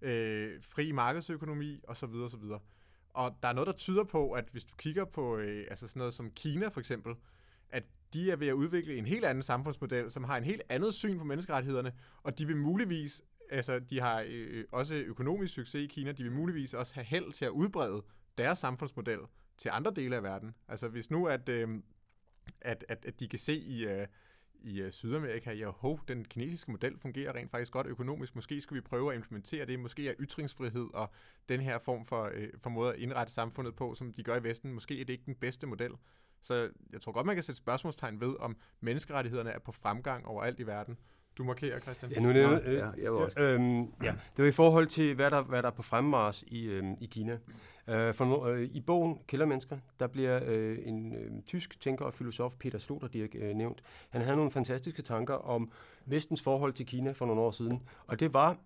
øh, fri markedsøkonomi osv. osv. Og der er noget, der tyder på, at hvis du kigger på øh, altså sådan noget som Kina for eksempel, at de er ved at udvikle en helt anden samfundsmodel, som har en helt andet syn på menneskerettighederne, og de vil muligvis, altså de har øh, også økonomisk succes i Kina, de vil muligvis også have held til at udbrede deres samfundsmodel til andre dele af verden. Altså hvis nu, at, øh, at, at, at de kan se i, øh, i øh, Sydamerika, ja, ho, den kinesiske model fungerer rent faktisk godt økonomisk, måske skal vi prøve at implementere det, måske er ytringsfrihed og den her form for, øh, for måde at indrette samfundet på, som de gør i Vesten, måske er det ikke den bedste model. Så jeg tror godt, man kan sætte spørgsmålstegn ved, om menneskerettighederne er på fremgang overalt i verden. Du markerer, Christian. Ja, nu nævner, øh, ja, jeg var også. Øh, øhm, ja, det var i forhold til, hvad der, hvad der er på fremmars i, øh, i Kina. Øh, for, øh, I bogen Kældermennesker, der bliver øh, en øh, tysk tænker og filosof, Peter Sloterdijk, øh, nævnt. Han havde nogle fantastiske tanker om Vestens forhold til Kina for nogle år siden. Og det var,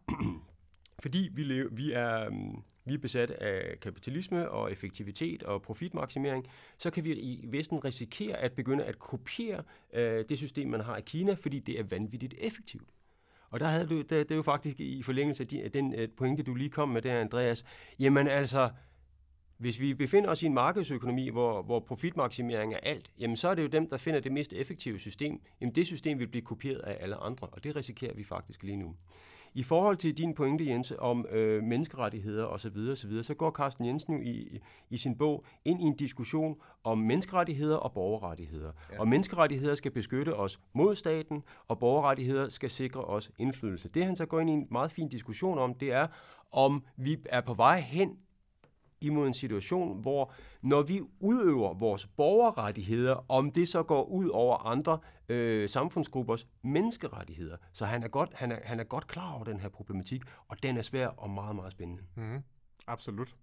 fordi vi, lever, vi er... Vi er besat af kapitalisme og effektivitet og profitmaksimering, så kan vi i Vesten risikere at begynde at kopiere øh, det system, man har i Kina, fordi det er vanvittigt effektivt. Og der havde du, det, det er jo faktisk i forlængelse af de, den øh, pointe, du lige kom med der, Andreas. Jamen altså, hvis vi befinder os i en markedsøkonomi, hvor, hvor profitmaksimering er alt, jamen så er det jo dem, der finder det mest effektive system. Jamen det system vil blive kopieret af alle andre, og det risikerer vi faktisk lige nu. I forhold til din pointe, Jens, om øh, menneskerettigheder osv., osv., så går Carsten Jensen jo i, i sin bog ind i en diskussion om menneskerettigheder og borgerrettigheder. Ja. Og menneskerettigheder skal beskytte os mod staten, og borgerrettigheder skal sikre os indflydelse. Det han så går ind i en meget fin diskussion om, det er, om vi er på vej hen imod en situation, hvor når vi udøver vores borgerrettigheder, om det så går ud over andre øh, samfundsgruppers menneskerettigheder. Så han er, godt, han, er, han er godt klar over den her problematik, og den er svær og meget, meget spændende. Mm-hmm. Absolut.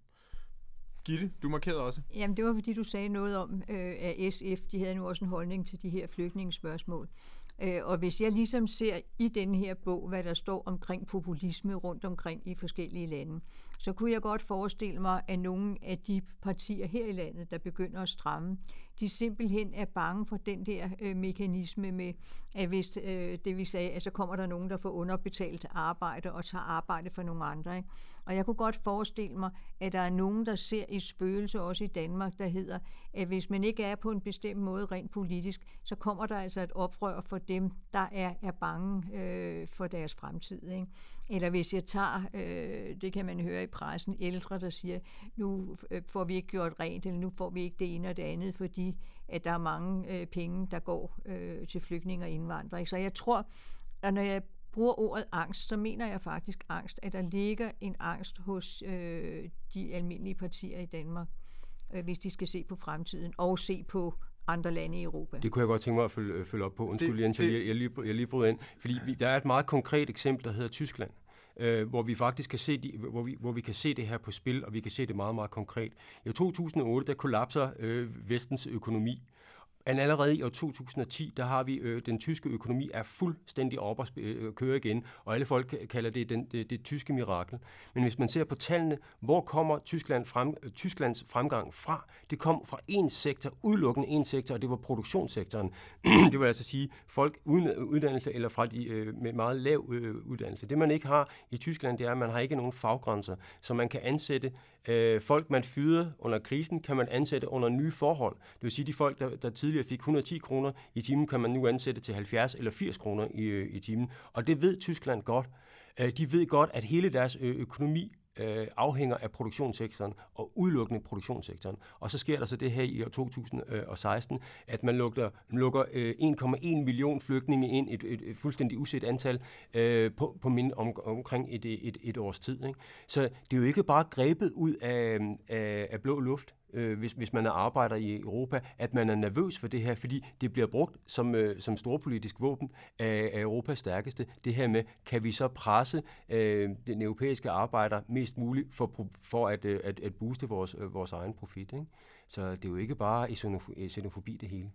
Gitte, du markerede også. Jamen, det var fordi, du sagde noget om, øh, at S F, de havde nu også en holdning til de her flygtningespørgsmål. Øh, og hvis jeg ligesom ser i den her bog, hvad der står omkring populisme rundt omkring i forskellige lande, så kunne jeg godt forestille mig, at nogle af de partier her i landet, der begynder at stramme, de simpelthen er bange for den der øh, mekanisme med, at hvis øh, det vi sagde, at så kommer der nogen, der får underbetalt arbejde og tager arbejde for nogle andre. Ikke? Og jeg kunne godt forestille mig, at der er nogen, der ser et spøgelse også i Danmark, der hedder, at hvis man ikke er på en bestemt måde rent politisk, så kommer der altså et oprør for dem, der er, er bange øh, for deres fremtid. Ikke? Eller hvis jeg tager, øh, det kan man høre i pressen, ældre, der siger, nu får vi ikke gjort rent, eller nu får vi ikke det ene og det andet, fordi at der er mange øh, penge, der går øh, til flygtninge og indvandrere. Så jeg tror, at når jeg bruger ordet angst, så mener jeg faktisk angst, at der ligger en angst hos øh, de almindelige partier i Danmark, øh, hvis de skal se på fremtiden og se på andre lande i Europa. Det kunne jeg godt tænke mig at følge, følge op på. Undskyld, det, Jens, det, jeg, jeg, lige, jeg lige brød ind. Fordi vi, der er et meget konkret eksempel, der hedder Tyskland, øh, hvor vi faktisk kan se de, hvor vi, hvor vi kan se det her på spil, og vi kan se det meget, meget konkret. I to tusind og otte, der kollapser øh, vestens økonomi. Men allerede i år to tusind og ti, der har vi, øh, den tyske økonomi er fuldstændig op at øh, køre igen, og alle folk kalder det den, det, det tyske mirakel. Men hvis man ser på tallene, hvor kommer Tyskland frem, øh, Tysklands fremgang fra? Det kom fra én sektor, udelukkende én sektor, og det var produktionssektoren. Det vil altså sige folk uden uddannelse eller fra de øh, med meget lav øh, uddannelse. Det man ikke har i Tyskland, det er, at man har ikke nogen faggrænser, så man kan ansætte øh, folk, man fyrede under krisen, kan man ansætte under nye forhold. Det vil sige, de folk, der, der tidligere fik et hundrede og ti kroner i timen, kan man nu ansætte til halvfjerds eller firs kroner i, i timen. Og det ved Tyskland godt. De ved godt, at hele deres økonomi afhænger af produktionssektoren og udelukkende produktionssektoren. Og så sker der så det her i år to tusind og seksten, at man lukker, lukker en komma en million flygtninge ind, et, et, et fuldstændig uset antal, øh, på, på min, om, omkring et, et, et års tid. Ikke? Så det er jo ikke bare grebet ud af, af, af blå luft, øh, hvis, hvis man er arbejder i Europa, at man er nervøs for det her, fordi det bliver brugt som, øh, som storpolitisk våben af, af Europas stærkeste. Det her med, kan vi så presse øh, den europæiske arbejder mest muligt for, for at, at, at booste vores, vores egen profit. Ikke? Så det er jo ikke bare xenofobi det hele.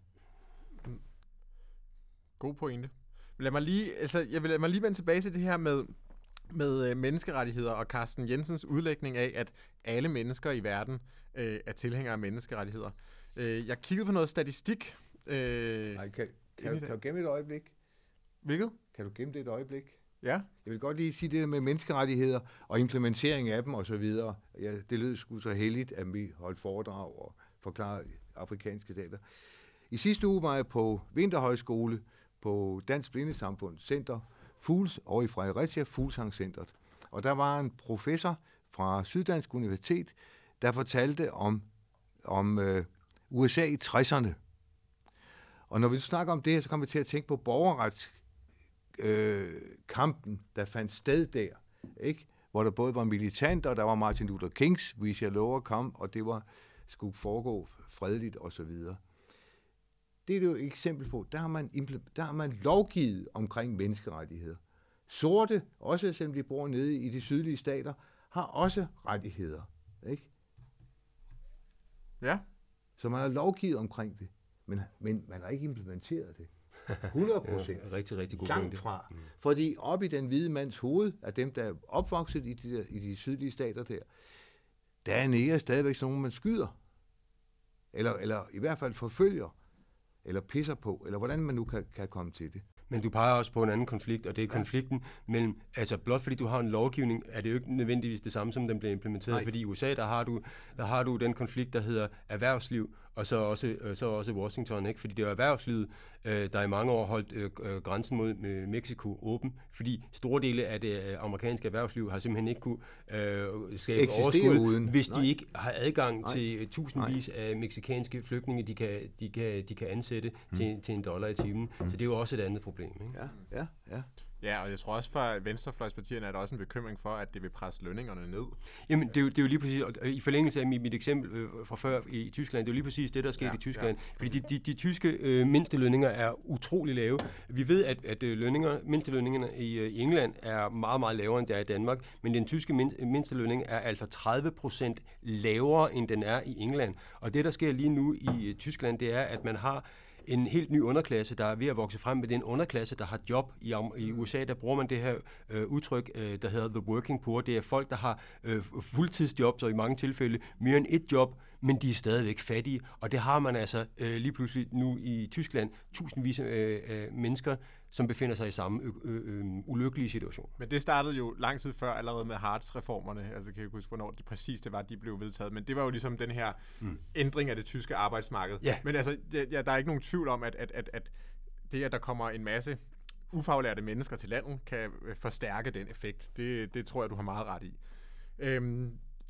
God pointe. Lad mig lige, altså, jeg vil lade mig lige vende tilbage til det her med, med øh, menneskerettigheder og Carsten Jensens udlægning af, at alle mennesker i verden øh, er tilhængere af menneskerettigheder. Øh, jeg kiggede på noget statistik. Øh, Nej, kan, kan, kan du gemme et øjeblik? Hvilket? Kan du gemme det et øjeblik? Ja. Jeg vil godt lige sige det med menneskerettigheder og implementering af dem osv. Ja, det lød sgu så heldigt, at vi holdt foredrag og forklarede afrikanske stater. I sidste uge var jeg på Vinterhøjskole på Dansk Blindesamfund Center, Fuls, over i Fredericia, Fuglsangcentret. Og der var en professor fra Syddansk Universitet, der fortalte om, om øh, U S A i tresserne. Og når vi snakker om det her, så kommer vi til at tænke på borgerretskampen, øh, der fandt sted der, ikke? Hvor der både var militanter, og der var Martin Luther Kings, We Shall Overcome, og det var, skulle foregå fredeligt osv. Det er jo et eksempel på, der har man, der har man lovgivet omkring menneskerettigheder. Sorte, også selvom de bor nede i de sydlige stater, har også rettigheder. Ikke? Ja. Så man har lovgivet omkring det, men, men man har ikke implementeret det. hundrede procent. Ja, rigtig, rigtig god langt fra. Mm. Fordi op i den hvide mands hoved, af dem, der er opvokset i de, der, i de sydlige stater der, der er nære stadigvæk sådan nogen, man skyder. Eller, eller i hvert fald forfølger. Eller pisser på, eller hvordan man nu kan, kan komme til det. Men du peger også på en anden konflikt, og det er Ja. konflikten mellem, altså blot fordi du har en lovgivning, er det jo ikke nødvendigvis det samme, som den bliver implementeret, Nej. fordi i U S A, der har du, der har du den konflikt, der hedder erhvervsliv, og så også, øh, så også Washington, ikke? Fordi det er erhvervslivet, øh, der i mange år holdt øh, øh, grænsen mod øh, Mexico åben, fordi store dele af det øh, amerikanske erhvervsliv har simpelthen ikke kunne øh, skabe Eksistere overskud, uden. hvis de Nej. ikke har adgang Nej. til øh, tusindvis af mexikanske flygtninge, de kan, de kan, de kan ansætte mm. til, til en dollar i timen. Mm. Så det er jo også et andet problem. Ikke? Ja, ja, ja. Ja, og jeg tror også for venstrefløjspartierne er der også en bekymring for, at det vil presse lønningerne ned. Jamen, det er, jo, det er jo lige præcis, og i forlængelse af mit, mit eksempel øh, fra før i Tyskland, det er jo lige præcis det, der skete Ja, i Tyskland. ja. Fordi de, de, de tyske øh, mindstelønninger er utrolig lave. Vi ved, at, at øh, lønninger, mindstelønningerne i, øh, i England er meget, meget lavere, end det er i Danmark, men den tyske mind, mindstelønning er altså tredive procent lavere, end den er i England. Og det, der sker lige nu i øh, Tyskland, det er, at man har en helt ny underklasse, der er ved at vokse frem, med den underklasse, der har job. I, I U S A, der bruger man det her øh, udtryk, øh, der hedder the working poor. Det er folk, der har øh, fuldtidsjobs, og i mange tilfælde mere end et job, men de er stadigvæk fattige. Og det har man altså øh, lige pludselig nu i Tyskland, tusindvis af øh, mennesker, som befinder sig i samme ø- ø- ø- ulykkelige situation. Men det startede jo lang tid før, allerede med Hartz-reformerne. Altså, kan jeg ikke huske, hvornår det præcis det var, de blev vedtaget. Men det var jo ligesom den her mm. ændring af det tyske arbejdsmarked. Ja. Men altså, ja, der er ikke nogen tvivl om, at, at, at, at det, at der kommer en masse ufaglærte mennesker til landet, kan forstærke den effekt. Det, det tror jeg, du har meget ret i. Øhm,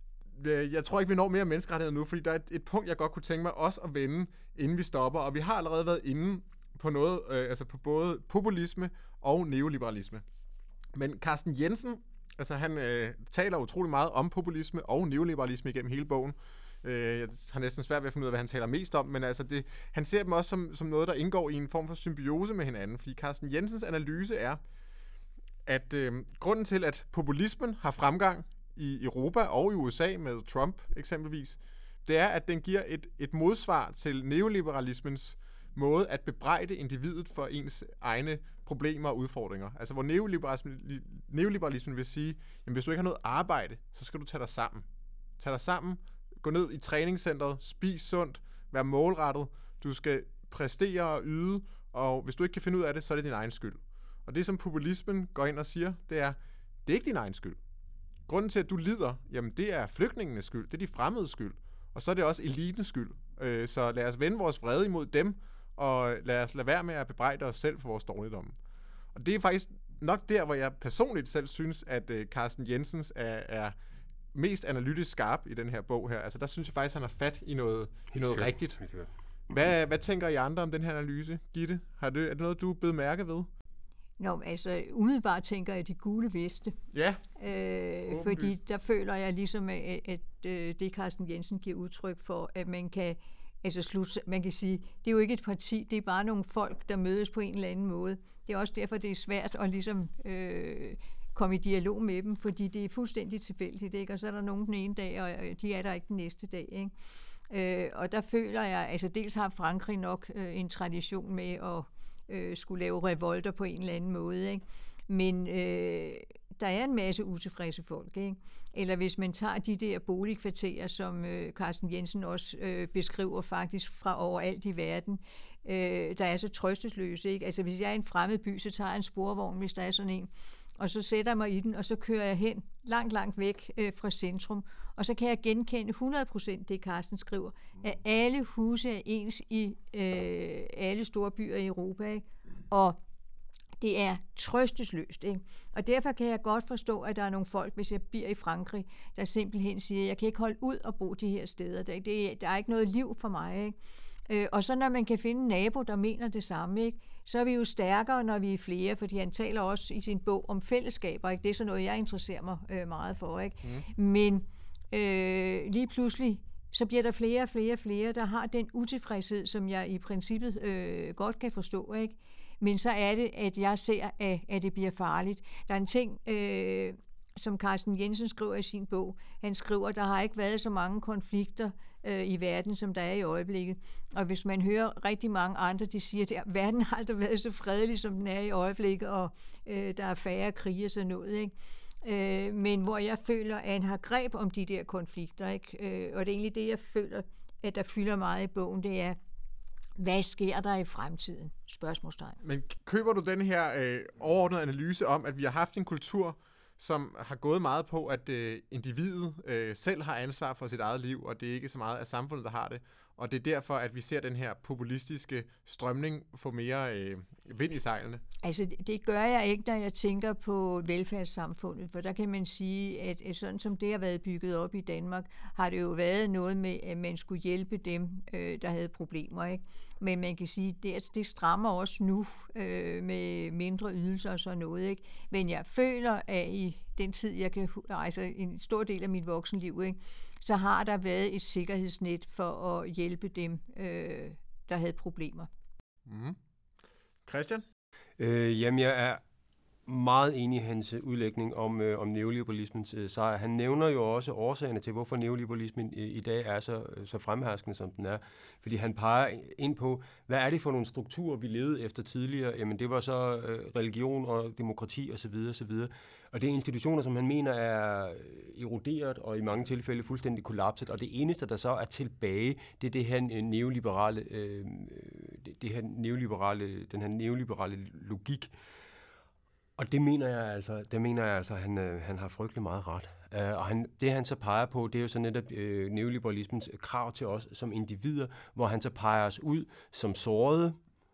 jeg tror ikke, vi når mere menneskerettighed nu, fordi der er et, et punkt, jeg godt kunne tænke mig også at vende, inden vi stopper. Og vi har allerede været inde på noget, øh, altså på både populisme og neoliberalisme. Men Carsten Jensen, altså han øh, taler utrolig meget om populisme og neoliberalisme igennem hele bogen. Øh, jeg har næsten svært ved at finde ud af, hvad han taler mest om, men altså det, han ser dem også som, som noget, der indgår i en form for symbiose med hinanden, fordi Carsten Jensens analyse er, at øh, grunden til, at populismen har fremgang i Europa og i U S A med Trump eksempelvis, det er, at den giver et, et modsvar til neoliberalismens måde at bebrejde individet for ens egne problemer og udfordringer. Altså hvor neoliberalismen, neoliberalismen vil sige, jamen hvis du ikke har noget arbejde, så skal du tage dig sammen. Tag dig sammen, gå ned i træningscenteret, spis sundt, vær målrettet, du skal præstere og yde, og hvis du ikke kan finde ud af det, så er det din egen skyld. Og det som populismen går ind og siger, det er, det er ikke din egen skyld. Grunden til, at du lider, jamen det er flygtningenes skyld, det er de fremmedes skyld, og så er det også elitens skyld. Øh, så lad os vende vores vrede imod dem, og lad os lade være med at bebrejde os selv for vores dårligdomme. Og det er faktisk nok der, hvor jeg personligt selv synes, at øh, Carsten Jensens er, er mest analytisk skarp i den her bog her. Altså der synes jeg faktisk, han har fat i noget, i noget rigtigt. Hvad, hvad tænker I andre om den her analyse, Gitte? Har det, er det noget, du er blevet mærke ved? Nå, altså umiddelbart tænker jeg de gule veste. Ja. Øh, fordi der føler jeg ligesom, at, at, at det Carsten Jensen giver udtryk for, at man kan, altså slut, man kan sige, det er jo ikke et parti, det er bare nogle folk, der mødes på en eller anden måde. Det er også derfor, det er svært at ligesom øh, komme i dialog med dem, fordi det er fuldstændig tilfældigt, ikke? Og så er der nogen den ene dag, og de er der ikke den næste dag, ikke? Øh, og der føler jeg, altså dels har Frankrig nok øh, en tradition med at øh, skulle lave revolter på en eller anden måde, ikke? Men øh, der er en masse utilfredse folk, ikke? Eller hvis man tager de der boligkvarterer, som øh, Carsten Jensen også øh, beskriver faktisk fra overalt i verden, øh, der er så trøstesløse, ikke? Altså hvis jeg er i en fremmed by, så tager jeg en sporvogn, hvis der er sådan en, og så sætter jeg mig i den, og så kører jeg hen langt, langt væk øh, fra centrum, og så kan jeg genkende hundrede procent det, Carsten skriver, at alle huse er ens i øh, alle store byer i Europa, ikke? Og det er trøstesløst, ikke? Og derfor kan jeg godt forstå, at der er nogle folk, hvis jeg bliver i Frankrig, der simpelthen siger, at jeg kan ikke holde ud og bo de her steder. Der, det, der er ikke noget liv for mig, ikke? Øh, og så når man kan finde en nabo, der mener det samme, ikke? Så er vi jo stærkere, når vi er flere, fordi han taler også i sin bog om fællesskaber, ikke? Det er sådan noget, jeg interesserer mig øh, meget for, ikke? Mm. Men øh, lige pludselig, så bliver der flere og flere og flere, der har den utilfredshed, som jeg i princippet øh, godt kan forstå, ikke? Men så er det, at jeg ser, at, at det bliver farligt. Der er en ting, øh, som Carsten Jensen skriver i sin bog. Han skriver, at der har ikke været så mange konflikter øh, i verden, som der er i øjeblikket. Og hvis man hører rigtig mange andre, de siger, at verden har aldrig været så fredelig, som den er i øjeblikket, og øh, der er færre krige og sådan noget, ikke? Øh, men hvor jeg føler, at han har greb om de der konflikter, ikke? Øh, og det er egentlig det, jeg føler, at der fylder meget i bogen, det er, hvad sker der i fremtiden? Spørgsmålstegn. Men køber du den her øh, overordnede analyse om, at vi har haft en kultur, som har gået meget på, at øh, individet øh, selv har ansvar for sit eget liv, og det er ikke så meget af samfundet, der har det. Og det er derfor, at vi ser den her populistiske strømning få mere øh, vind i sejlene. Altså, det, det gør jeg ikke, når jeg tænker på velfærdssamfundet, for der kan man sige, at, at sådan som det har været bygget op i Danmark, har det jo været noget med, at man skulle hjælpe dem, øh, der havde problemer, ikke? Men man kan sige, at det, det strammer også nu øh, med mindre ydelser og sådan noget, ikke? Men jeg føler, at i den tid, jeg kan, altså en stor del af mit voksenliv, ikke, så har der været et sikkerhedsnet for at hjælpe dem, øh, der havde problemer. Mm. Christian? Øh, jamen, jeg er meget enig i hans udlægning om, øh, om neoliberalismens øh, sejr. Han nævner jo også årsagerne til, hvorfor neoliberalismen i, i dag er så, så fremherskende, som den er. Fordi han peger ind på, hvad er det for nogle strukturer, vi levede efter tidligere? Jamen, det var så øh, religion og demokrati osv. osv. Og det er institutioner, som han mener er eroderet og i mange tilfælde fuldstændig kollapset. Og det eneste, der så er tilbage, det er det her neoliberale, øh, det, det her neoliberale, den her neoliberale logik. Og det mener jeg altså, det mener jeg altså, at han, øh, han har frygtelig meget ret. Uh, og han, det han så peger på, det er jo så netop øh, neoliberalismens krav til os som individer, hvor han så peger os ud som sårede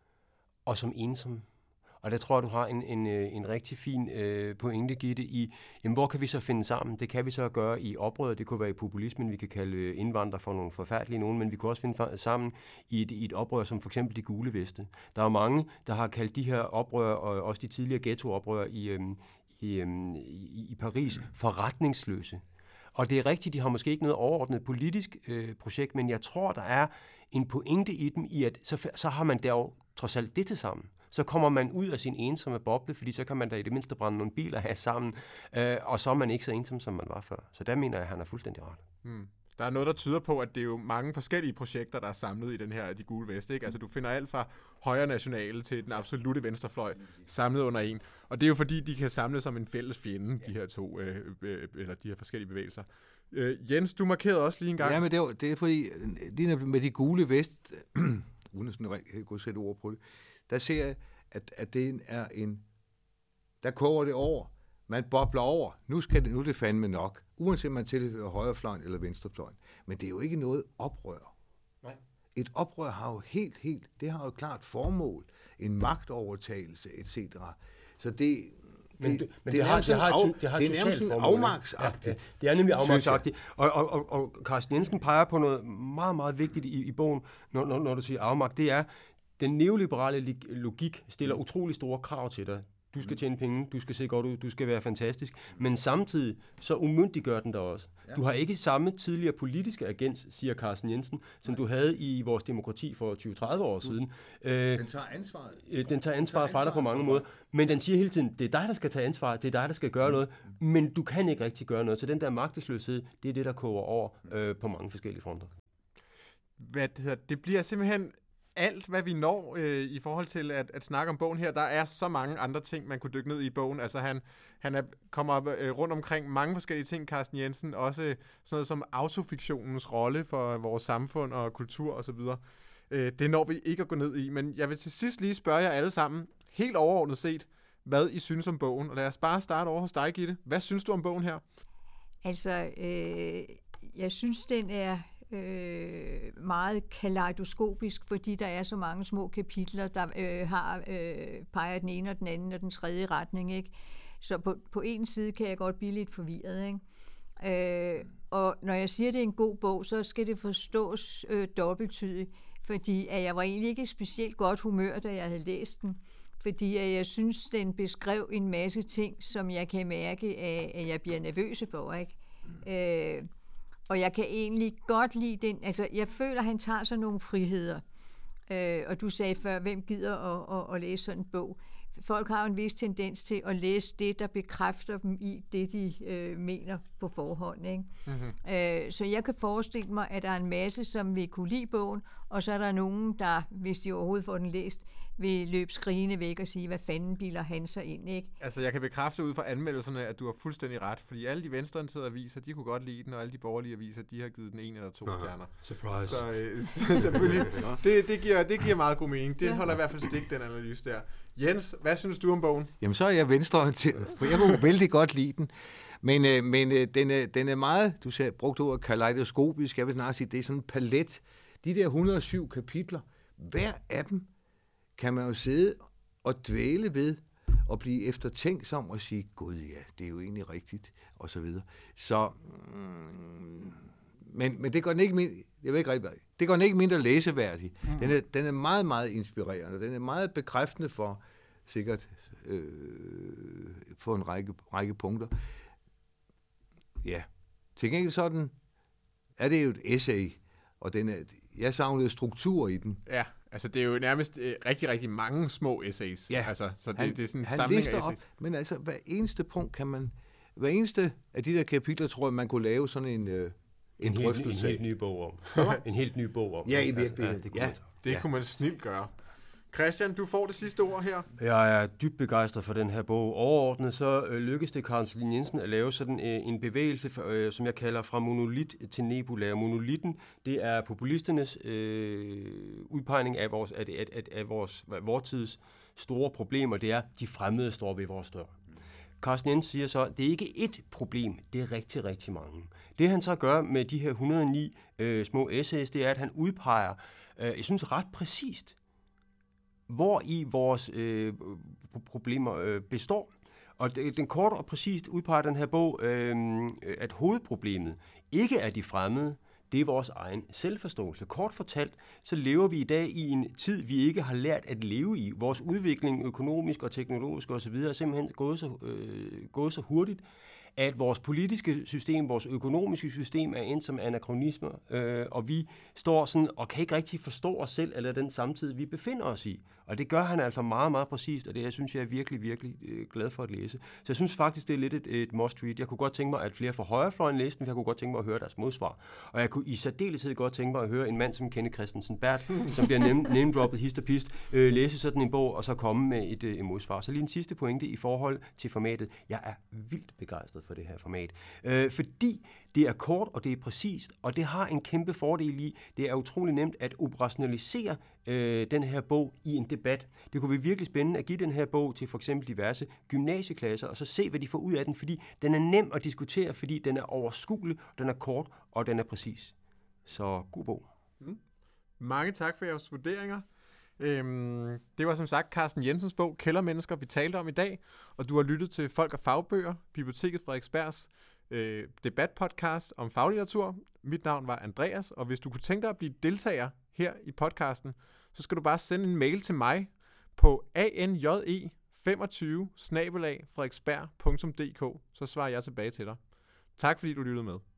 og som ensomme. Og der tror jeg, du har en, en, en rigtig fin øh, pointe, Gitte, i, jamen, hvor kan vi så finde sammen? Det kan vi så gøre i oprøret, det kunne være i populismen, vi kan kalde indvandrere for nogle forfærdelige nogen, men vi kunne også finde sammen i et, i et oprør som for eksempel de gule veste. Der er mange, der har kaldt de her oprør, og også de tidligere ghetto-oprør i, øhm, i, øhm, i, i Paris, forretningsløse. Og det er rigtigt, de har måske ikke noget overordnet politisk øh, projekt, men jeg tror, der er en pointe i dem, i at så, så har man der jo trods alt det til sammen. Så kommer man ud af sin ensomme boble, fordi så kan man da i det mindste brænde nogle biler her sammen, øh, og så er man ikke så ensom, som man var før. Så der mener jeg, at han er fuldstændig ret. Hmm. Der er noget, der tyder på, at det er jo mange forskellige projekter, der er samlet i den her De Gule Veste, ikke? Altså du finder alt fra højre nationale til den absolute venstrefløj samlet under en. Og det er jo fordi, de kan samles som en fælles fjende, de her to, øh, øh, eller de her forskellige bevægelser. Øh, Jens, du markerede også lige en gang. Ja, men det er, det er fordi, lige med De Gule Veste, uden at sådan rigtig kunne sætte ord på det, der ser jeg, at, at det er en, der koger det over. Man bobler over. Nu, skal det, nu er det fandme nok. Uanset om man tilhører højrefløjen eller venstrefløjen. Men det er jo ikke noget oprør. Nej. Et oprør har jo helt, helt, det har jo klart formål. En magtovertagelse, et cetera. Så det, Men det, det, men det, det, er, har, af, det, har, af, det har det er nærmest sådan afmagtsagtigt. Ja, det, det er nemlig afmagtsagtigt. Og, og, og, og Carsten Jensen peger på noget meget, meget vigtigt i, i bogen, når, når, når du siger afmagt. Det er, den neoliberale logik stiller utrolig store krav til dig. Du skal tjene penge, du skal se godt ud, du skal være fantastisk. Men samtidig så umyndiggør den dig også. Ja. Du har ikke samme tidligere politiske agens, siger Carsten Jensen, som du havde i vores demokrati for tyve til tredive år siden. Den tager ansvaret. Øh, den tager ansvaret fra dig på mange måder. Men den siger hele tiden, det er dig, der skal tage ansvar, det er dig, der skal gøre noget. Men du kan ikke rigtig gøre noget. Så den der magtesløshed, det er det, der koger over øh, på mange forskellige fronter. Hvad det hedder, det bliver simpelthen alt, hvad vi når øh, i forhold til at, at snakke om bogen her. Der er så mange andre ting, man kunne dykke ned i bogen. Altså han, han er, kommer op, øh, rundt omkring mange forskellige ting, Carsten Jensen. Også sådan noget som autofiktionens rolle for vores samfund og kultur osv. Øh, det når vi ikke at gå ned i. Men jeg vil til sidst lige spørge jer alle sammen, helt overordnet set, hvad I synes om bogen. Og lad os bare starte over hos dig, Gitte. Hvad synes du om bogen her? Altså, øh, jeg synes, den er Øh, meget kaleidoskopisk, fordi der er så mange små kapitler, der øh, har øh, peger den ene og den anden og den tredje retning, ikke? Så på, på en side kan jeg godt blive lidt forvirret, ikke? Øh, og når jeg siger, at det er en god bog, så skal det forstås øh, dobbelttydigt, fordi at jeg var egentlig ikke specielt godt humør, da jeg havde læst den, fordi at jeg synes, den beskrev en masse ting, som jeg kan mærke, at jeg bliver nervøs for, ikke? Øh, Og jeg kan egentlig godt lide den, altså jeg føler, at han tager sig nogle friheder. Øh, og du sagde før, hvem gider at, at, at læse sådan en bog? Folk har en vis tendens til at læse det, der bekræfter dem i det, de øh, mener på forhånd, ikke? Mm-hmm. Øh, så jeg kan forestille mig, at der er en masse, som vil kunne lide bogen, og så er der nogen, der, hvis de overhovedet får den læst, vil løbe skrigende væk og sige, hvad fanden bilder han sig ind, ikke? Altså, jeg kan bekræfte ud fra anmeldelserne, at du har fuldstændig ret, fordi alle de venstreorienterede aviser, de kunne godt lide den, og alle de borgerlige aviser, de har givet den en eller to Aha. stjerner. Surprise. Så øh, selvfølgelig, det, det, giver, det giver meget god mening. Det holder i hvert fald stik, den analyse der. Jens, hvad synes du om bogen? Jamen, så er jeg venstreorienteret, for jeg kunne vældig godt lide den. Men, øh, men øh, den, er, den er meget, du sagde, brugt ordet kaleidoskopisk, jeg vil snart sige, det er sådan en palet. De der et hundrede og syv kapitler, hver af dem kan man jo sidde og dvæle ved, og blive eftertænksom og sige, gud ja, det er jo egentlig rigtigt, og så videre. Så, mm, men, men det gør den ikke mindre, jeg ved ikke rigtig, det gør den ikke mindre læseværdig. Mm. Den, er, den er meget, meget inspirerende, den er meget bekræftende for, sikkert, øh, for en række, række punkter. Ja, til gengæld sådan er det jo et essay, og den er, jeg savnede struktur i den. Ja, altså det er jo nærmest øh, rigtig, rigtig mange små essays. Ja. Altså, så det, han, det er sådan en han samling af lister essays. op, men altså hver eneste punkt kan man, hver eneste af de der kapitler, tror jeg, man kunne lave sådan en, øh, en, En, helt, en drøftelse helt af. ny bog om. en helt ny bog om. Ja, i Altså, virkeligheden. det kunne Ja. man tage. Det Ja. kunne man snilt gøre. Christian, du får det sidste ord her. Jeg er dybt begejstret for den her bog. Overordnet så øh, lykkedes det Carsten Jensen at lave sådan øh, en bevægelse, for, øh, som jeg kalder fra monolit til nebula. Monolitten, det er populisternes øh, udpegning af vores, af, af, af, af vores vores tids store problemer. Det er, de fremmede står ved vores dør. Carsten Jensen siger så, det er ikke ét problem, det er rigtig, rigtig mange. Det han så gør med de her et hundrede og ni øh, små essays, det er, at han udpeger, øh, jeg synes ret præcist, hvor i vores øh, problemer øh, består. Og det, den kort og præcist udpeger den her bog, øh, at hovedproblemet ikke er de fremmede, det er vores egen selvforståelse. Kort fortalt, så lever vi i dag i en tid, vi ikke har lært at leve i. Vores udvikling, økonomisk og teknologisk osv., er simpelthen gået så, øh, gået så hurtigt, at vores politiske system, vores økonomiske system er endt som anakronismer, øh, og vi står sådan og kan ikke rigtig forstå os selv, eller den samtid, vi befinder os i. Og det gør han altså meget, meget præcist, og det jeg synes jeg er virkelig, virkelig øh, glad for at læse. Så jeg synes faktisk, det er lidt et, et must-read. Jeg kunne godt tænke mig, at flere fra højrefløjen læste den, for jeg kunne godt tænke mig at høre deres modsvar. Og jeg kunne i særdeleshed godt tænke mig at høre en mand som Kenneth Christensen Berth, som bliver name-droppet hist og pist, øh, læse sådan en bog, og så komme med et, øh, et modsvar. Så lige en sidste pointe i forhold til formatet. Jeg er vildt begejstret for det her format, øh, fordi det er kort, og det er præcist, og det har en kæmpe fordel i, det er utrolig nemt at operationalisere øh, den her bog i en debat. Det kunne være virkelig spændende at give den her bog til for eksempel diverse gymnasieklasser, og så se, hvad de får ud af den, fordi den er nem at diskutere, fordi den er overskuelig, den er kort, og den er præcis. Så god bog. Mm. Mange tak for jeres vurderinger. Øhm, det var som sagt Carsten Jensens bog, Kældermennesker, vi talte om i dag, og du har lyttet til Folk og Fagbøger, Biblioteket Frederiksbergs øh, debatpodcast om faglitteratur. Mit navn var Andreas, og hvis du kunne tænke dig at blive deltager her i podcasten, så skal du bare sende en mail til mig på anje femogtyve snabel-a frederiksberg punktum d k, så svarer jeg tilbage til dig. Tak fordi du lyttede med.